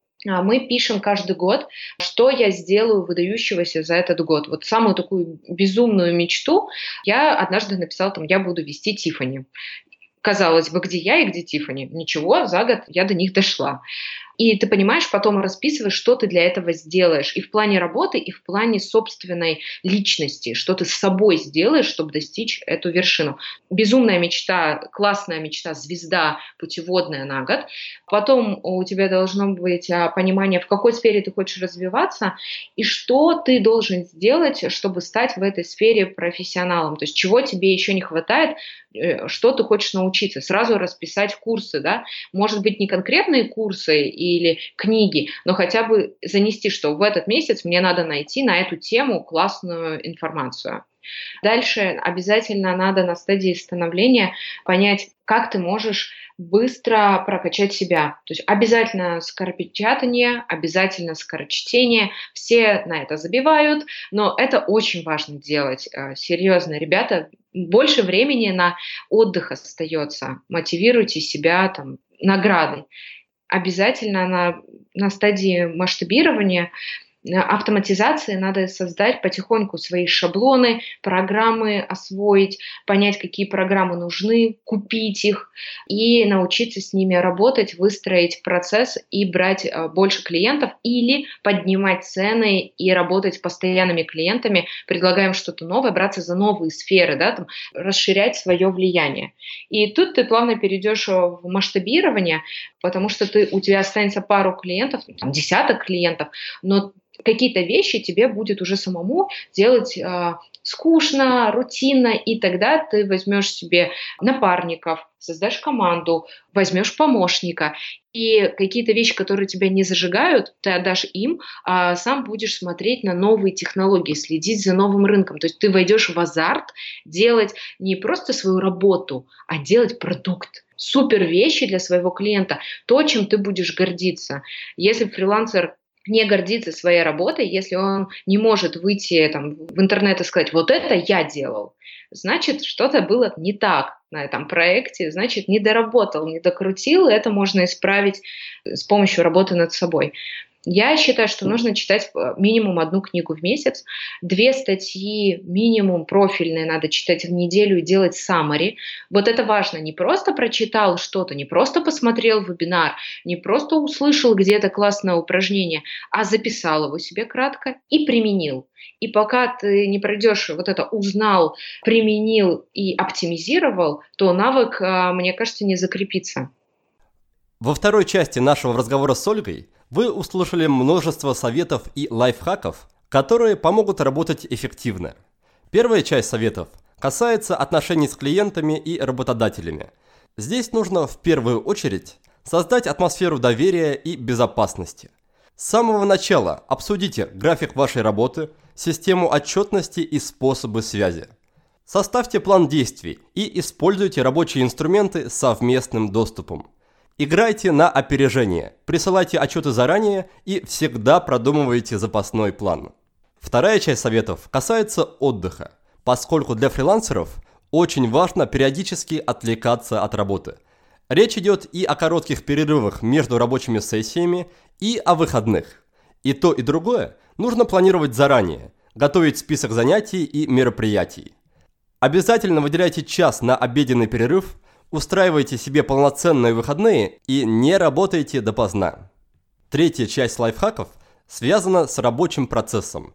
Мы пишем каждый год, что я сделаю выдающегося за этот год. Вот самую такую безумную мечту я однажды написала, там, я буду вести Тиффани. Казалось бы, где я и где Тиффани? Ничего, за год я до них дошла. И ты понимаешь, потом расписываешь, что ты для этого сделаешь. И в плане работы, и в плане собственной личности. Что ты с собой сделаешь, чтобы достичь эту вершину. Безумная мечта, классная мечта, звезда путеводная на год. Потом у тебя должно быть понимание, в какой сфере ты хочешь развиваться, и что ты должен сделать, чтобы стать в этой сфере профессионалом. То есть чего тебе еще не хватает, что ты хочешь научиться. Сразу расписать курсы. Да? Может быть, не конкретные курсы или книги, но хотя бы занести, что в этот месяц мне надо найти на эту тему классную информацию. Дальше обязательно надо на стадии становления понять, как ты можешь быстро прокачать себя. То есть обязательно скоропечатание, обязательно скорочтение. Все на это забивают, но это очень важно делать. Серьезно, ребята, больше времени на отдых остается. Мотивируйте себя там, наградой. Обязательно на, на стадии масштабирования, автоматизации надо создать потихоньку свои шаблоны, программы освоить, понять, какие программы нужны, купить их и научиться с ними работать, выстроить процесс и брать больше клиентов или поднимать цены и работать с постоянными клиентами, предлагаем что-то новое, браться за новые сферы, да, там, расширять свое влияние. И тут ты плавно перейдешь в масштабирование, потому что ты, у тебя останется пару клиентов, там, десяток клиентов, но какие-то вещи тебе будет уже самому делать э, скучно, рутинно, и тогда ты возьмешь себе напарников, создашь команду, возьмешь помощника, и какие-то вещи, которые тебя не зажигают, ты отдашь им, а сам будешь смотреть на новые технологии, следить за новым рынком. То есть ты войдешь в азарт делать не просто свою работу, а делать продукт. Супер вещи для своего клиента, то, чем ты будешь гордиться. Если фрилансер не гордится своей работой, если он не может выйти там, в интернет и сказать, вот это я делал, значит, что-то было не так на этом проекте, значит, не доработал, не докрутил, это можно исправить с помощью работы над собой. Я считаю, что нужно читать минимум одну книгу в месяц, две статьи минимум профильные надо читать в неделю и делать summary. Вот это важно. Не просто прочитал что-то, не просто посмотрел вебинар, не просто услышал где-то классное упражнение, а записал его себе кратко и применил. И пока ты не пройдешь вот это узнал, применил и оптимизировал, то навык, мне кажется, не закрепится. Во второй части нашего разговора с Ольгой вы услышали множество советов и лайфхаков, которые помогут работать эффективно. Первая часть советов касается отношений с клиентами и работодателями. Здесь нужно в первую очередь создать атмосферу доверия и безопасности. С самого начала обсудите график вашей работы, систему отчетности и способы связи. Составьте план действий и используйте рабочие инструменты с совместным доступом. Играйте на опережение, присылайте отчеты заранее и всегда продумывайте запасной план. Вторая часть советов касается отдыха, поскольку для фрилансеров очень важно периодически отвлекаться от работы. Речь идет и о коротких перерывах между рабочими сессиями, и о выходных. И то, и другое нужно планировать заранее, готовить список занятий и мероприятий. Обязательно выделяйте час на обеденный перерыв, устраивайте себе полноценные выходные и не работайте допоздна. Третья часть лайфхаков связана с рабочим процессом.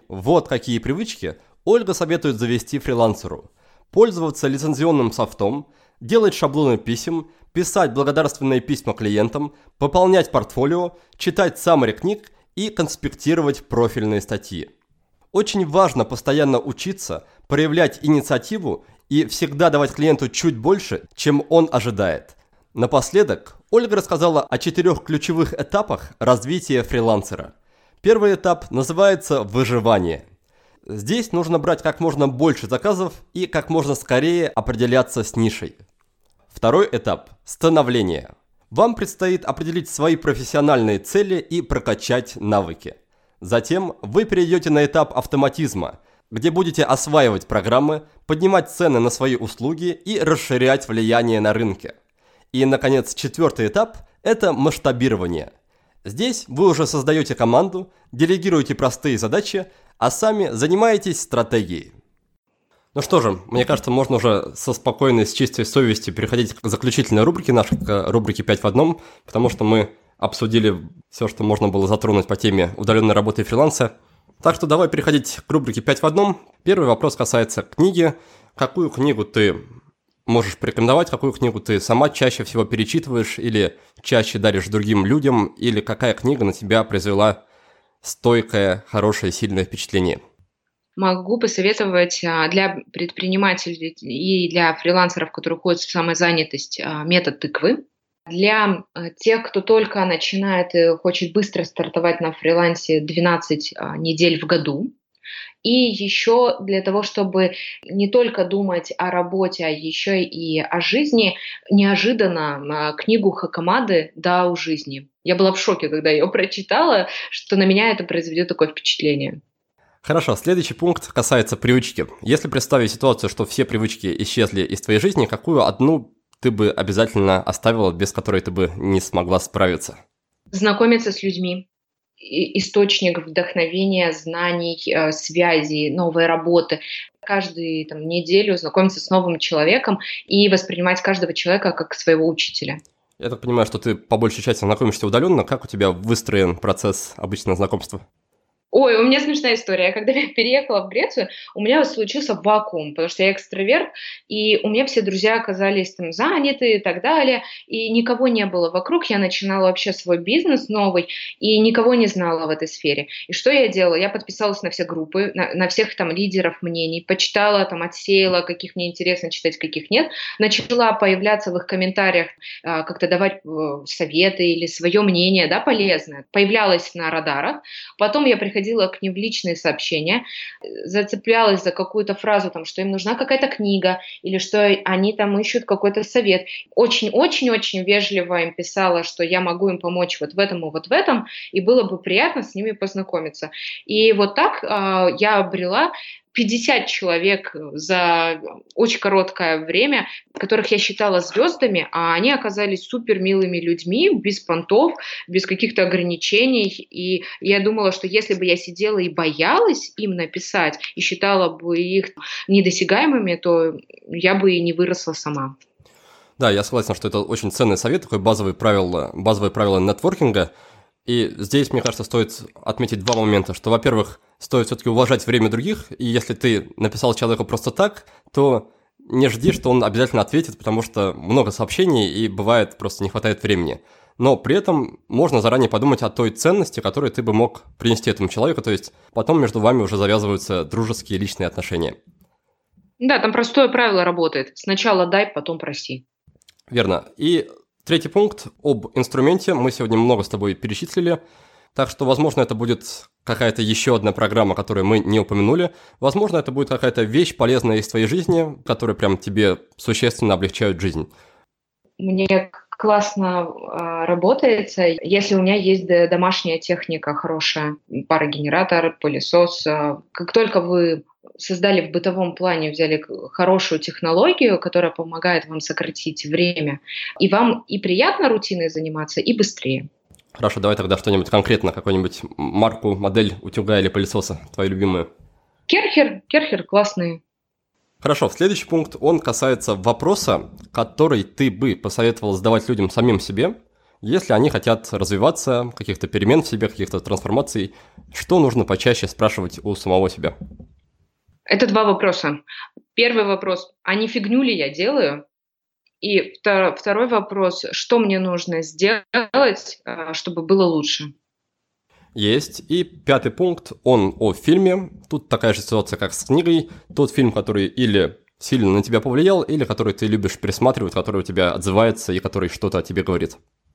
Вот какие привычки Ольга советует завести фрилансеру. Пользоваться лицензионным софтом, делать шаблоны писем, писать благодарственные письма клиентам, пополнять портфолио, читать саммари книг и конспектировать профильные статьи. Очень важно постоянно учиться, проявлять инициативу и всегда давать клиенту чуть больше, чем он ожидает. Напоследок, Ольга рассказала о четырех ключевых этапах развития фрилансера. Первый этап называется «выживание». Здесь нужно брать как можно больше заказов и как можно скорее определяться с нишей. Второй этап – становление. Вам предстоит определить свои профессиональные цели и прокачать навыки. Затем вы перейдете на этап автоматизма, где будете осваивать программы, поднимать цены на свои услуги и расширять влияние на рынке. И, наконец, четвертый этап – это масштабирование. Здесь вы уже создаете команду, делегируете простые задачи, а сами занимаетесь стратегией. Ну что же, мне кажется, можно уже со спокойной, с чистой совестью переходить к заключительной рубрике нашей, к рубрике пять в одном, потому что мы обсудили все, что можно было затронуть по теме удаленной работы и фриланса. Так что давай переходить к рубрике пять в одном. Первый вопрос касается книги. Какую книгу ты можешь порекомендовать, какую книгу ты сама чаще всего перечитываешь или чаще даришь другим людям, или какая книга на тебя произвела стойкое, хорошее, сильное впечатление? Могу посоветовать для предпринимателей и для фрилансеров, которые уходят в самозанятость, метод тыквы. Для тех, кто только начинает и хочет быстро стартовать на фрилансе, двенадцать недель в году. И еще для того, чтобы не только думать о работе, а еще и о жизни, неожиданно книгу Хакамады «Дао жизни». Я была в шоке, когда ее прочитала, что на меня это произведет такое впечатление. Хорошо, следующий пункт касается привычки. Если представить ситуацию, что все привычки исчезли из твоей жизни, какую одну ты бы обязательно оставила, без которой ты бы не смогла справиться? Знакомиться с людьми. Источник вдохновения, знаний, связей, новой работы. Каждую там, неделю знакомиться с новым человеком и воспринимать каждого человека как своего учителя. Я так понимаю, что ты по большей части знакомишься удаленно. Как у тебя выстроен процесс обычного знакомства? Ой, у меня смешная история. Когда я переехала в Грецию, у меня случился вакуум, потому что я экстраверт, и у меня все друзья оказались там заняты и так далее, и никого не было вокруг. Я начинала вообще свой бизнес новый, и никого не знала в этой сфере. И что я делала? Я подписалась на все группы, на, на всех там лидеров мнений, почитала, там отсеяла, каких мне интересно читать, каких нет, начала появляться в их комментариях, как-то давать советы или свое мнение, да, полезное. Появлялась на радарах. Потом я приходила ходила к ним в личные сообщения, зацеплялась за какую-то фразу, там, что им нужна какая-то книга или что они там ищут какой-то совет. Очень-очень-очень вежливо им писала, что я могу им помочь вот в этом и вот в этом, и было бы приятно с ними познакомиться. И вот так э, я обрела пятьдесят человек за очень короткое время, которых я считала звездами, а они оказались супер милыми людьми, без понтов, без каких-то ограничений. И я думала, что если бы я сидела и боялась им написать, и считала бы их недосягаемыми, то я бы и не выросла сама. Да, я согласен, что это очень ценный совет, такое базовое правило, базовое правило нетворкинга. И здесь, мне кажется, стоит отметить два момента, что, во-первых, стоит все-таки уважать время других, и если ты написал человеку просто так, то не жди, что он обязательно ответит, потому что много сообщений, и бывает просто не хватает времени. Но при этом можно заранее подумать о той ценности, которую ты бы мог принести этому человеку, то есть потом между вами уже завязываются дружеские личные отношения. Да, там простое правило работает. Сначала дай, потом проси. Верно. И третий пункт об инструменте. Мы сегодня много с тобой перечислили, так что, возможно, это будет какая-то еще одна программа, которую мы не упомянули. Возможно, это будет какая-то вещь полезная из твоей жизни, которая прям тебе существенно облегчает жизнь. Мне классно э, работается, если у меня есть домашняя техника хорошая, парогенератор, пылесос. Как только вы создали в бытовом плане, взяли хорошую технологию, которая помогает вам сократить время, и вам и приятно рутиной заниматься, и быстрее. Хорошо, давай тогда что-нибудь конкретно, какую-нибудь марку, модель утюга или пылесоса, твои любимые. Керхер, Керхер классные. Хорошо, следующий пункт, он касается вопроса, который ты бы посоветовал задавать людям самим себе, если они хотят развиваться, каких-то перемен в себе, каких-то трансформаций, что нужно почаще спрашивать у самого себя? Это два вопроса. Первый вопрос, а не фигню ли я делаю? И второй вопрос, что мне нужно сделать, чтобы было лучше? Есть. И пятый пункт, он о фильме. Тут такая же ситуация, как с книгой. Тот фильм, который или сильно на тебя повлиял, или который ты любишь пересматривать, который у тебя отзывается и который что-то о тебе говорит.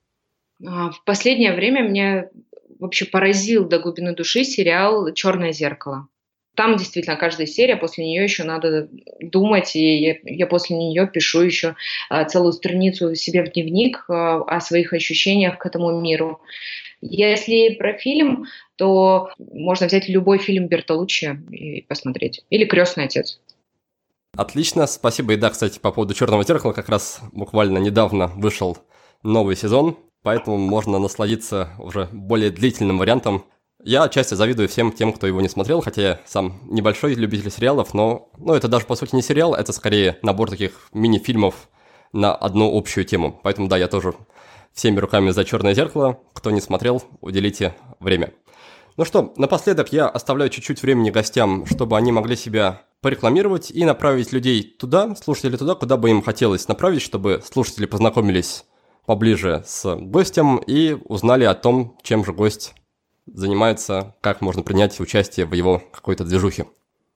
В последнее время меня вообще поразил до глубины души сериал «Черное зеркало». Там действительно каждая серия, после нее еще надо думать, и я, я после нее пишу еще целую страницу себе в дневник о своих ощущениях к этому миру. Если про фильм, то можно взять любой фильм Бертолуччи и посмотреть. Или «Крестный отец». Отлично, спасибо. И да, кстати, по поводу «Черного зеркала» как раз буквально недавно вышел новый сезон, поэтому можно насладиться уже более длительным вариантом. Я отчасти завидую всем тем, кто его не смотрел, хотя я сам небольшой любитель сериалов, но ну, это даже по сути не сериал, это скорее набор таких мини-фильмов на одну общую тему. Поэтому да, я тоже всеми руками за «Черное зеркало». Кто не смотрел, уделите время. Ну что, напоследок я оставляю чуть-чуть времени гостям, чтобы они могли себя порекламировать и направить людей туда, слушателей туда, куда бы им хотелось направить, чтобы слушатели познакомились поближе с гостем и узнали о том, чем же гость занимается, как можно принять участие в его какой-то движухе.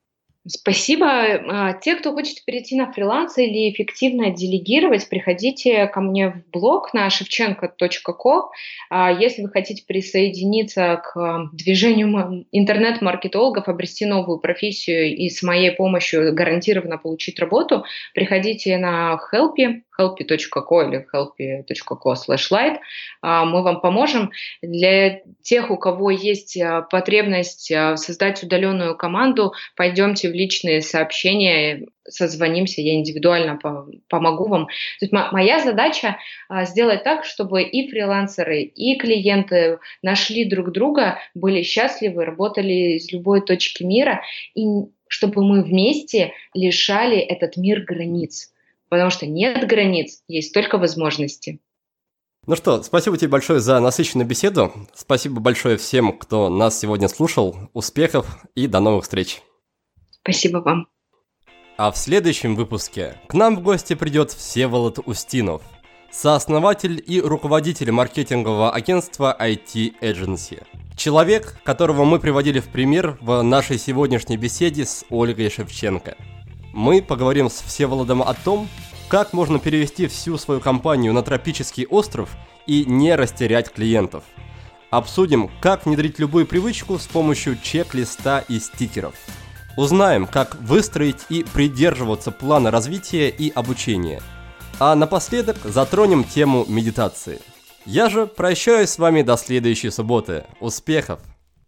Спасибо. Те, кто хочет перейти на фриланс или эффективно делегировать, приходите ко мне в блог на шевченко точка ко. Если вы хотите присоединиться к движению интернет-маркетологов, обрести новую профессию и с моей помощью гарантированно получить работу, приходите на Helpy, helpy точка ко или helpy точка ко слэш лайт. Мы вам поможем. Для тех, у кого есть потребность создать удаленную команду, пойдемте в личные сообщения, созвонимся, я индивидуально помогу вам. То есть моя задача сделать так, чтобы и фрилансеры, и клиенты нашли друг друга, были счастливы, работали из любой точки мира, и чтобы мы вместе лишали этот мир границ. Потому что нет границ, есть только возможности. Ну что, спасибо тебе большое за насыщенную беседу. Спасибо большое всем, кто нас сегодня слушал. Успехов и до новых встреч. Спасибо вам. А в следующем выпуске к нам в гости придет Всеволод Устинов, сооснователь и руководитель маркетингового агентства ай ти Agency. Человек, которого мы приводили в пример в нашей сегодняшней беседе с Ольгой Шевченко. Мы поговорим с Всеволодом о том, как можно перевести всю свою компанию на тропический остров и не растерять клиентов. Обсудим, как внедрить любую привычку с помощью чек-листа и стикеров. Узнаем, как выстроить и придерживаться плана развития и обучения. А напоследок затронем тему медитации. Я же прощаюсь с вами до следующей субботы. Успехов!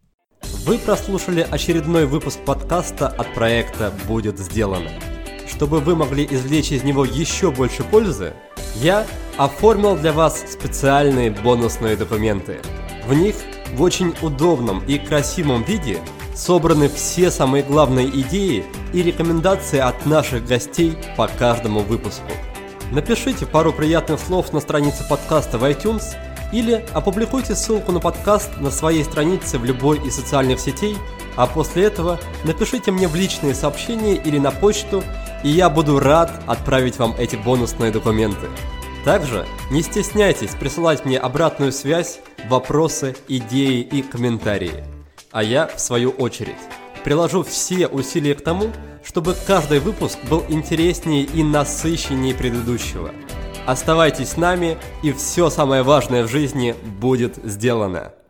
Вы прослушали очередной выпуск подкаста от проекта «Будет сделано». Чтобы вы могли извлечь из него еще больше пользы, я оформил для вас специальные бонусные документы. В них в очень удобном и красивом виде собраны все самые главные идеи и рекомендации от наших гостей по каждому выпуску. Напишите пару приятных слов на странице подкаста в iTunes или опубликуйте ссылку на подкаст на своей странице в любой из социальных сетей, а после этого напишите мне в личные сообщения или на почту, и я буду рад отправить вам эти бонусные документы. Также не стесняйтесь присылать мне обратную связь, вопросы, идеи и комментарии. А я, в свою очередь, приложу все усилия к тому, чтобы каждый выпуск был интереснее и насыщеннее предыдущего. Оставайтесь с нами, и все самое важное в жизни будет сделано.